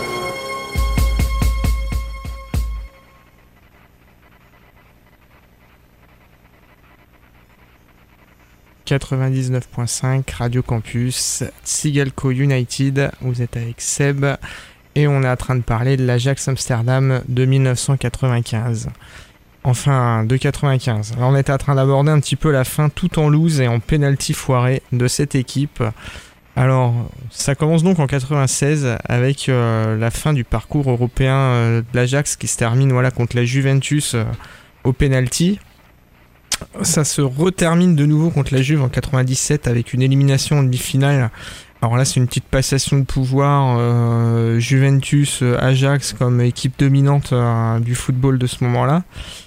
quatre-vingt-dix-neuf point cinq Radio Campus, Sigalco United, vous êtes avec Seb et on est en train de parler de l'Ajax Amsterdam de mille neuf cent quatre-vingt-quinze. Enfin, de quatre-vingt-quinze. Alors on était en train d'aborder un petit peu la fin tout en loose et en penalty foiré de cette équipe. Alors, ça commence donc en quatre-vingt-seize avec euh, la fin du parcours européen euh, de l'Ajax qui se termine voilà, contre la Juventus euh, au penalty. Ça se retermine de nouveau contre la Juve en quatre-vingt-dix-sept avec une élimination en demi-finale. Alors là, c'est une petite passation de pouvoir. Euh, Juventus, Ajax comme équipe dominante euh, du football de ce moment-là.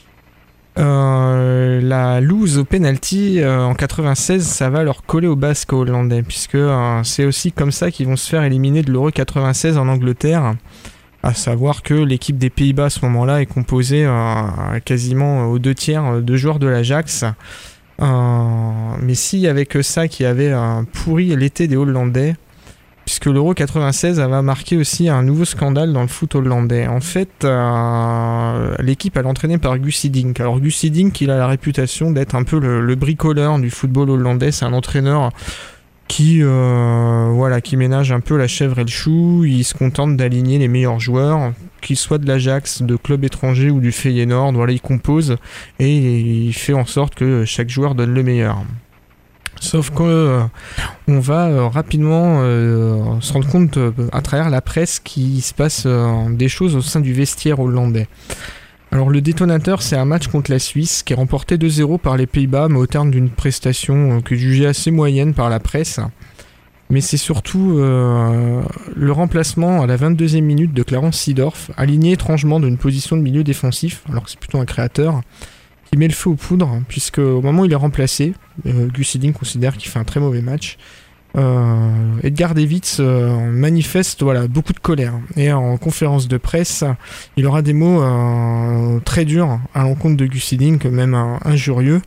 Euh, la lose au penalty euh, en quatre-vingt-seize, ça va leur coller au basque hollandais, puisque euh, c'est aussi comme ça qu'ils vont se faire éliminer de l'Euro quatre-vingt-seize en Angleterre. À savoir que l'équipe des Pays-Bas à ce moment-là est composée euh, quasiment aux deux tiers de joueurs de l'Ajax. Euh, mais s'il y avait que ça qui avait euh, pourri l'été des Hollandais, puisque l'Euro quatre-vingt-seize va marquer aussi un nouveau scandale dans le foot hollandais. En fait, euh, l'équipe elle est entraînée par Guus Hiddink. Alors Guus Hiddink, il a la réputation d'être un peu le, le bricoleur du football hollandais. C'est un entraîneur qui, euh, voilà, qui ménage un peu la chèvre et le chou. Il se contente d'aligner les meilleurs joueurs, qu'ils soient de l'Ajax, de clubs étrangers ou du Feyenoord. Voilà, il compose et il fait en sorte que chaque joueur donne le meilleur. Sauf qu'on euh, va euh, rapidement euh, se rendre compte euh, à travers la presse qu'il se passe euh, des choses au sein du vestiaire hollandais. Alors le détonateur, c'est un match contre la Suisse qui est remporté deux zéro par les Pays-Bas, mais au terme d'une prestation euh, que je jugeais assez moyenne par la presse. Mais c'est surtout euh, le remplacement à la vingt-deuxième minute de Clarence Seedorf, aligné étrangement d'une position de milieu défensif, alors que c'est plutôt un créateur, qui met le feu aux poudres, puisque au moment où il est remplacé, euh, Guus Hiddink considère qu'il fait un très mauvais match, Euh, Edgar Davids euh, manifeste voilà, beaucoup de colère et en conférence de presse il aura des mots euh, très durs à l'encontre de Gus Hiddink, même euh, injurieux.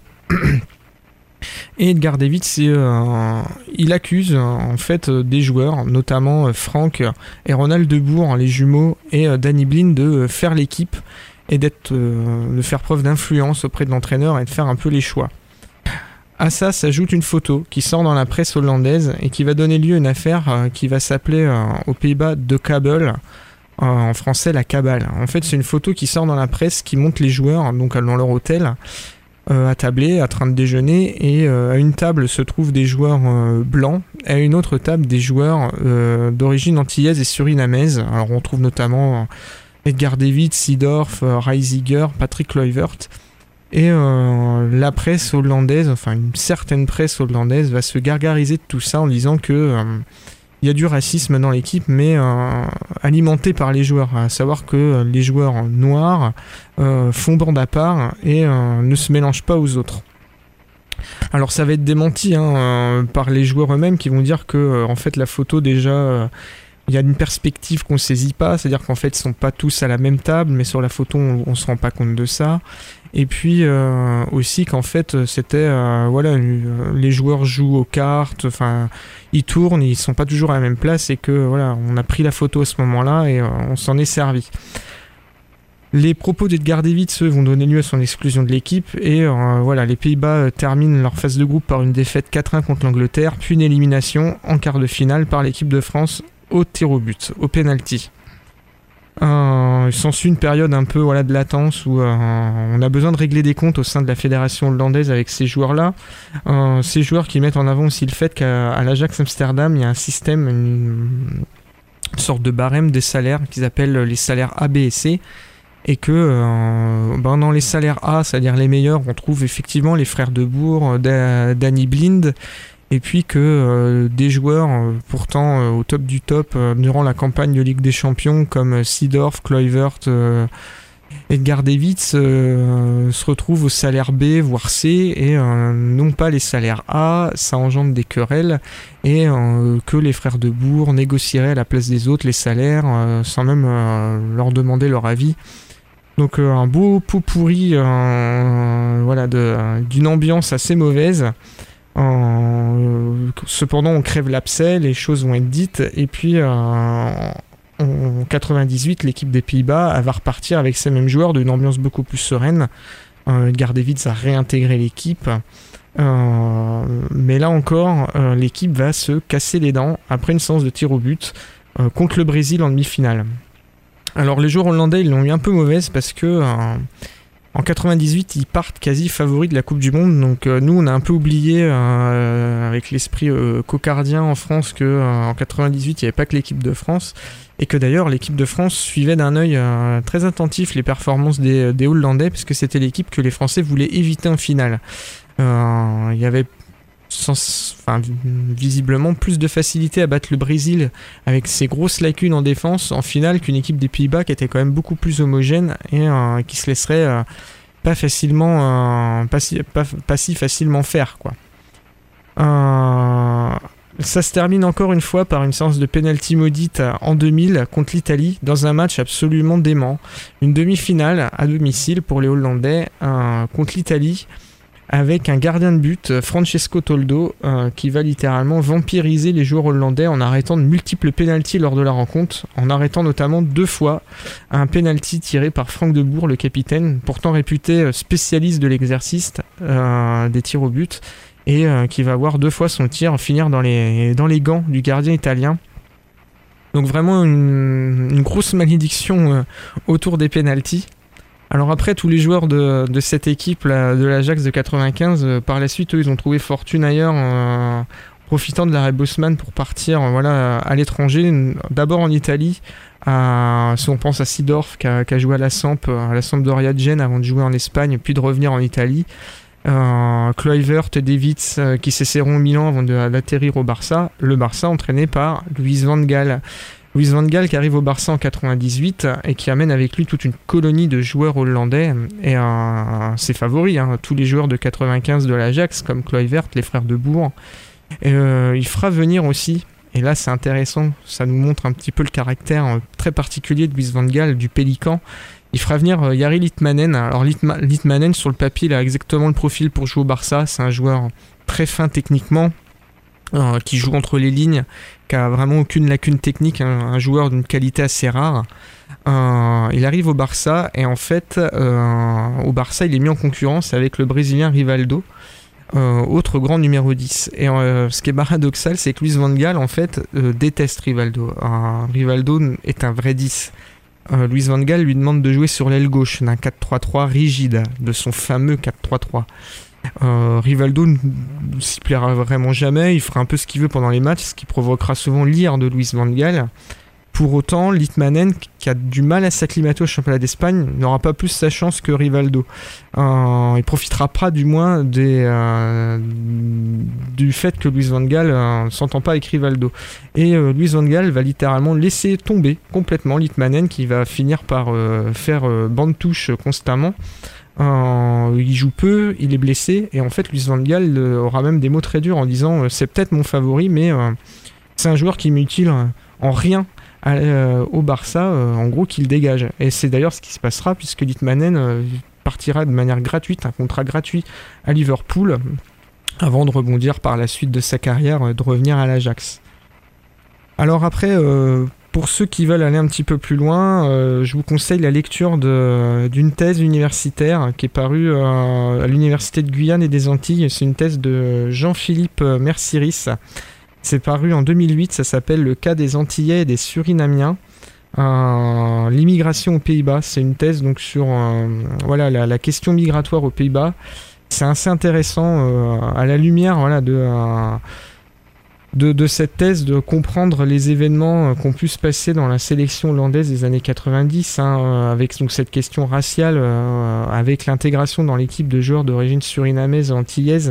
Et Edgar Davids c'est, euh, il accuse euh, en fait euh, des joueurs, notamment euh, Frank et Ronald Debourg, les jumeaux, et euh, Danny Blind de euh, faire l'équipe et d'être, euh, de faire preuve d'influence auprès de l'entraîneur et de faire un peu les choix. À ça s'ajoute une photo qui sort dans la presse hollandaise et qui va donner lieu à une affaire euh, qui va s'appeler euh, aux Pays-Bas de Kabel, euh, en français la cabale. En fait, c'est une photo qui sort dans la presse qui montre les joueurs donc dans leur hôtel, euh, attablés, à train de déjeuner, et euh, à une table se trouvent des joueurs euh, blancs, et à une autre table des joueurs euh, d'origine antillaise et surinamaise. Alors on trouve notamment euh, Edgar Davids, Seedorf, euh, Reisiger, Patrick Kluivert. Et euh, la presse hollandaise, enfin une certaine presse hollandaise, va se gargariser de tout ça en disant que euh, y a du racisme dans l'équipe, mais euh, alimenté par les joueurs. À savoir que euh, les joueurs noirs euh, font bande à part et euh, ne se mélangent pas aux autres. Alors ça va être démenti hein, euh, par les joueurs eux-mêmes qui vont dire que euh, en fait la photo déjà... Euh, il y a une perspective qu'on ne saisit pas, c'est-à-dire qu'en fait ils ne sont pas tous à la même table, mais sur la photo on ne se rend pas compte de ça. Et puis euh, aussi qu'en fait c'était euh, voilà euh, les joueurs jouent aux cartes, enfin ils tournent, ils sont pas toujours à la même place et que voilà on a pris la photo à ce moment-là et euh, on s'en est servi. Les propos d'Edgar Davids eux, vont donner lieu à son exclusion de l'équipe et euh, voilà les Pays-Bas euh, terminent leur phase de groupe par une défaite quatre un contre l'Angleterre, puis une élimination en quart de finale par l'équipe de France au tir au but, au penalty. Euh, il s'ensuit une période un peu voilà, de latence où euh, on a besoin de régler des comptes au sein de la fédération hollandaise avec ces joueurs-là. Euh, ces joueurs qui mettent en avant aussi le fait qu'à à l'Ajax Amsterdam, il y a un système, une, une sorte de barème des salaires qu'ils appellent les salaires A, B et C. Et que euh, ben dans les salaires A, c'est-à-dire les meilleurs, on trouve effectivement les frères Debourg, da- Danny Blind, et puis que euh, des joueurs euh, pourtant euh, au top du top euh, durant la campagne de Ligue des Champions comme euh, Seedorf, Kluivert, euh, Edgar Davids euh, se retrouvent au salaire B voire C et euh, non pas les salaires A, ça engendre des querelles et euh, que les frères Debourg négocieraient à la place des autres les salaires euh, sans même euh, leur demander leur avis. Donc euh, un beau pot pourri euh, voilà, de, euh, d'une ambiance assez mauvaise. Euh, cependant on crève l'abcès, les choses vont être dites et puis euh, en quatre-vingt-dix-huit l'équipe des Pays-Bas elle va repartir avec ces mêmes joueurs d'une ambiance beaucoup plus sereine. euh, Edgar Davids a réintégré l'équipe euh, mais là encore euh, l'équipe va se casser les dents après une séance de tir au but euh, contre le Brésil en demi-finale. Alors les joueurs hollandais ils l'ont eu un peu mauvaise parce que euh, en quatre-vingt-dix-huit, ils partent quasi favoris de la Coupe du Monde. Donc euh, nous, on a un peu oublié, euh, avec l'esprit euh, cocardien en France, qu'en euh, quatre-vingt-dix-huit, il n'y avait pas que l'équipe de France. Et que d'ailleurs, l'équipe de France suivait d'un œil euh, très attentif les performances des, des Hollandais, puisque c'était l'équipe que les Français voulaient éviter en finale. Euh, il y avait sans, enfin, visiblement plus de facilité à battre le Brésil avec ses grosses lacunes en défense en finale qu'une équipe des Pays-Bas qui était quand même beaucoup plus homogène et euh, qui se laisserait euh, pas facilement euh, pas, si, pas, pas si facilement faire quoi. Euh, ça se termine encore une fois par une séance de penalty maudite en deux mille contre l'Italie dans un match absolument dément, une demi-finale à domicile pour les Hollandais euh, contre l'Italie avec un gardien de but, Francesco Toldo, euh, qui va littéralement vampiriser les joueurs hollandais en arrêtant de multiples pénaltys lors de la rencontre, en arrêtant notamment deux fois un pénalty tiré par Frank Debourg, le capitaine, pourtant réputé spécialiste de l'exercice euh, des tirs au but, et euh, qui va voir deux fois son tir finir dans les, dans les gants du gardien italien. Donc vraiment une, une grosse malédiction euh, autour des pénaltys. Alors après, tous les joueurs de, de cette équipe là, de l'Ajax de quatre-vingt-quinze, euh, par la suite, eux, ils ont trouvé fortune ailleurs, euh, profitant de l'arrêt Bosman pour partir euh, voilà, à l'étranger, d'abord en Italie, à, si on pense à Seedorf qui a, qui a joué à la Samp, à la Sampdoria de Gênes avant de jouer en Espagne, puis de revenir en Italie. Euh, Kluivert et Davids euh, qui cesseront au Milan avant de, d'atterrir au Barça, le Barça entraîné par Louis van Gaal. Louis van Gaal qui arrive au Barça en quatre-vingt-dix-huit et qui amène avec lui toute une colonie de joueurs hollandais et euh, ses favoris, hein, tous les joueurs de quatre-vingt-quinze de l'Ajax comme Kluivert, les frères Debourg, Et, euh, il fera venir aussi, et là c'est intéressant, ça nous montre un petit peu le caractère euh, très particulier de Louis van Gaal, du Pélican. Il fera venir euh, Jari Litmanen. Alors Litma- Litmanen, sur le papier, il a exactement le profil pour jouer au Barça. C'est un joueur très fin techniquement, euh, qui joue entre les lignes, qui a vraiment aucune lacune technique, hein, un joueur d'une qualité assez rare. Euh, il arrive au Barça, et en fait, euh, au Barça, il est mis en concurrence avec le Brésilien Rivaldo, Euh, autre grand numéro dix. Et euh, ce qui est paradoxal, c'est que Louis van Gaal en fait euh, déteste Rivaldo. Euh, Rivaldo est un vrai dix. Euh, Louis van Gaal lui demande de jouer sur l'aile gauche d'un quatre trois trois rigide, de son fameux quatre trois trois. Euh, Rivaldo ne s'y plaira vraiment jamais, il fera un peu ce qu'il veut pendant les matchs, ce qui provoquera souvent l'ire de Louis van Gaal. Pour autant, Litmanen, qui a du mal à s'acclimater au championnat d'Espagne, n'aura pas plus sa chance que Rivaldo. Euh, il profitera pas du moins des, euh, du fait que Louis van Gaal euh, ne s'entend pas avec Rivaldo. Et euh, Louis van Gaal va littéralement laisser tomber complètement Litmanen, qui va finir par euh, faire euh, bande-touche constamment. Euh, il joue peu, il est blessé, et en fait Louis van Gaal euh, aura même des mots très durs en disant euh, c'est peut-être mon favori, mais euh, c'est un joueur qui m'utile euh, en rien Euh, au Barça, euh, en gros qu'il dégage. Et c'est d'ailleurs ce qui se passera, puisque Litmanen euh, partira de manière gratuite, un contrat gratuit à Liverpool, avant de rebondir par la suite de sa carrière, euh, de revenir à l'Ajax. Alors après, euh, pour ceux qui veulent aller un petit peu plus loin, euh, je vous conseille la lecture de, d'une thèse universitaire qui est parue euh, à l'Université de Guyane et des Antilles. C'est une thèse de Jean-Philippe Merciris. C'est paru en deux mille huit, ça s'appelle « Le cas des Antillais et des Surinamiens, euh, l'immigration aux Pays-Bas ». C'est une thèse donc sur euh, voilà, la, la question migratoire aux Pays-Bas. C'est assez intéressant euh, à la lumière voilà, de, euh, de, de cette thèse, de comprendre les événements euh, qui ont pu se passer dans la sélection hollandaise des années quatre-vingt-dix, hein, euh, avec donc, cette question raciale, euh, avec l'intégration dans l'équipe de joueurs d'origine surinamaise et antillaise,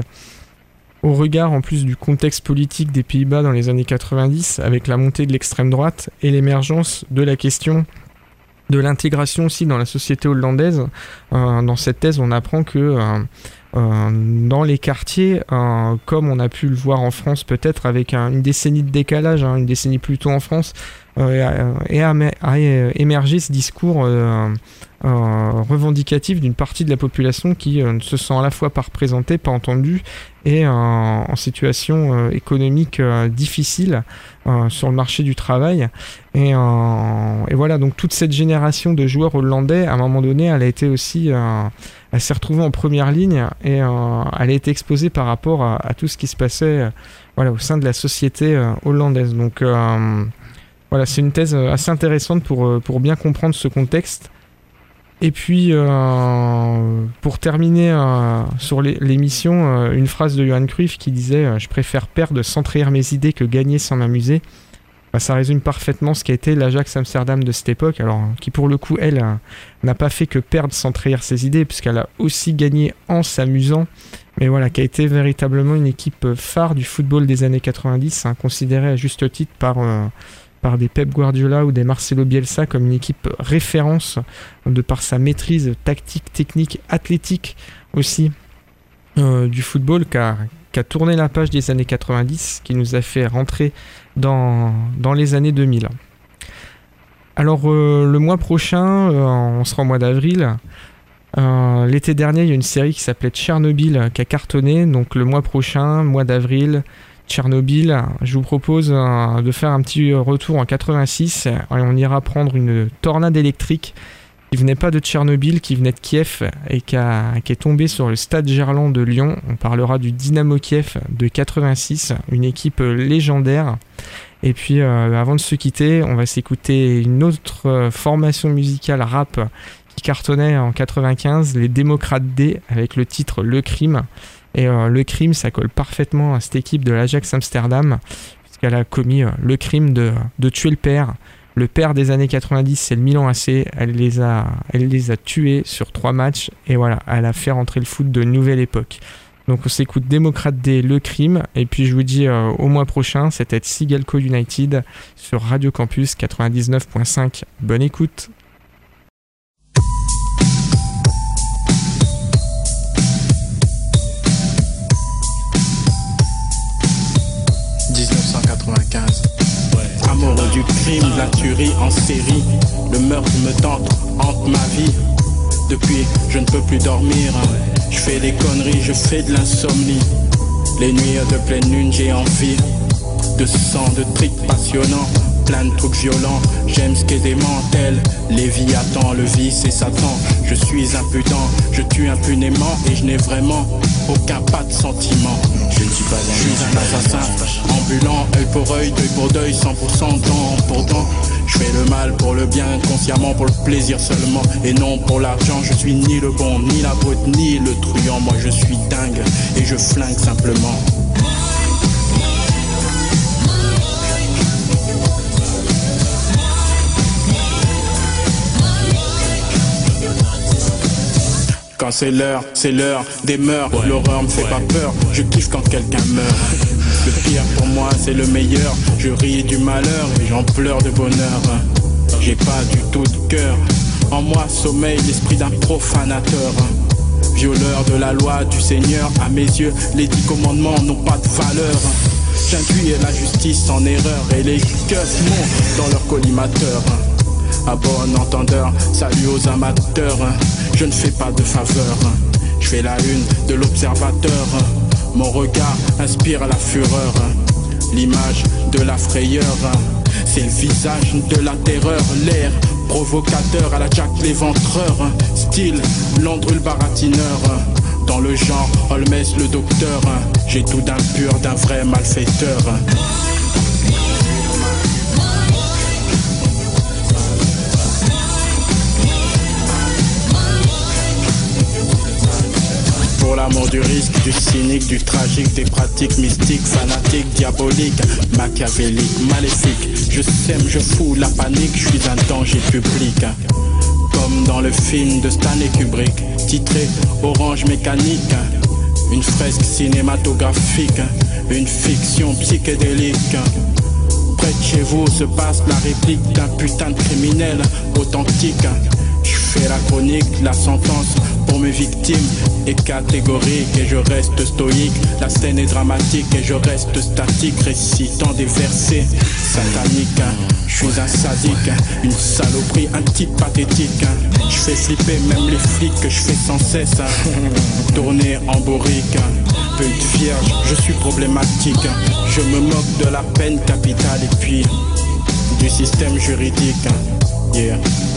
au regard en plus du contexte politique des Pays-Bas dans les années quatre-vingt-dix, avec la montée de l'extrême droite et l'émergence de la question de l'intégration aussi dans la société hollandaise. Euh, dans cette thèse, on apprend que euh, euh, dans les quartiers, euh, comme on a pu le voir en France peut-être avec un, une décennie de décalage, hein, une décennie plus tôt en France, euh, et a, a, a émergé ce discours euh, euh, revendicatif d'une partie de la population qui euh, ne se sent à la fois pas représentée, pas entendue, et euh, en situation euh, économique euh, difficile euh, sur le marché du travail. Et, euh, et voilà, donc toute cette génération de joueurs hollandais, à un moment donné, elle a été aussi, euh, elle s'est retrouvée en première ligne, et euh, elle a été exposée par rapport à, à tout ce qui se passait euh, voilà, au sein de la société euh, hollandaise. Donc euh, voilà, c'est une thèse assez intéressante pour, pour bien comprendre ce contexte. Et puis, euh, pour terminer euh, sur l'émission, euh, une phrase de Johan Cruyff qui disait euh, « Je préfère perdre sans trahir mes idées que gagner sans m'amuser ». Bah, ça résume parfaitement ce qu'a été l'Ajax Amsterdam de cette époque, alors qui pour le coup, elle, euh, n'a pas fait que perdre sans trahir ses idées, puisqu'elle a aussi gagné en s'amusant, mais voilà, qui a été véritablement une équipe phare du football des années quatre-vingt-dix, hein, considérée à juste titre par... Euh, par des Pep Guardiola ou des Marcelo Bielsa comme une équipe référence de par sa maîtrise tactique, technique, athlétique aussi euh, du football, car qui a tourné la page des années quatre-vingt-dix, qui nous a fait rentrer dans, dans les années deux mille. Alors euh, le mois prochain, euh, on sera au mois d'avril. Euh, l'été dernier, il y a une série qui s'appelait Tchernobyl qui a cartonné, donc le mois prochain, mois d'avril, Tchernobyl, je vous propose euh, de faire un petit retour en quatre-vingt-six, et on ira prendre une tornade électrique qui venait pas de Tchernobyl, qui venait de Kiev et qui, a, qui est tombée sur le stade Gerland de Lyon. On parlera du Dynamo Kiev de quatre-vingt-six, une équipe légendaire. Et puis euh, avant de se quitter, on va s'écouter une autre euh, formation musicale rap qui cartonnait en quatre-vingt-quinze, les Démocrates D, avec le titre Le Crime. Et euh, le crime, ça colle parfaitement à cette équipe de l'Ajax Amsterdam, puisqu'elle a commis euh, le crime de, de tuer le père. Le père des années quatre-vingt-dix, c'est le Milan A C. Elle les a, elle les a tués sur trois matchs. Et voilà, elle a fait rentrer le foot de nouvelle époque. Donc on s'écoute Démocrate D, le crime. Et puis je vous dis euh, au mois prochain, c'était Sigalco United sur Radio Campus quatre-vingt-dix-neuf point cinq. Bonne écoute. du crime, de la tuerie en série. Le meurtre me tente, hante ma vie. Depuis, je ne peux plus dormir. Je fais des conneries, je fais de l'insomnie. Les nuits de pleine lune, j'ai envie de sang, de tripes passionnants, plein de trucs violents. J'aime ce qu'est démantèle, Léviathan, le vice et Satan. Je suis impudent, je tue impunément et je n'ai vraiment aucun pas de sentiment. Je ne suis pas un, je suis un assassin ambulant, œil pour œil, deuil pour deuil, cent pour cent dent pour dent. Je fais le mal pour le bien, consciemment pour le plaisir seulement et non pour l'argent. Je suis ni le bon, ni la brute, ni le truand. Moi je suis dingue et je flingue simplement. Quand c'est l'heure, c'est l'heure des meurtres. Ouais. L'horreur me fait pas peur, je kiffe quand quelqu'un meurt. Le pire pour moi c'est le meilleur. Je ris du malheur et j'en pleure de bonheur. J'ai pas du tout de cœur. En moi sommeille l'esprit d'un profanateur. Violeur de la loi du Seigneur. À mes yeux les dix commandements n'ont pas de valeur. J'induis la justice en erreur et les keufs montent dans leur collimateur. À bon entendeur, salut aux amateurs. Je ne fais pas de faveur. Je fais la une de l'observateur. Mon regard inspire la fureur. L'image de la frayeur, c'est le visage de la terreur. L'air provocateur à la Jack l'éventreur. Style Landru le baratineur. Dans le genre Holmes le docteur. J'ai tout d'un pur, d'un vrai malfaiteur. Pour l'amour du risque, du cynique, du tragique, des pratiques mystiques, fanatiques, diaboliques, machiavéliques, maléfiques. Je sème, je fous la panique, je suis un danger public. Comme dans le film de Stanley Kubrick, titré Orange Mécanique. Une fresque cinématographique, une fiction psychédélique. Près de chez vous se passe la réplique d'un putain de criminel authentique. Je fais la chronique, la sentence pour mes victimes est catégorique et je reste stoïque. La scène est dramatique et je reste statique, récitant des versets sataniques. Je suis un sadique, une saloperie, un type pathétique. Je fais flipper même les flics que je fais sans cesse tourner en bourrique. Pute vierge, je suis problématique. Je me moque de la peine capitale et puis du système juridique. Yeah.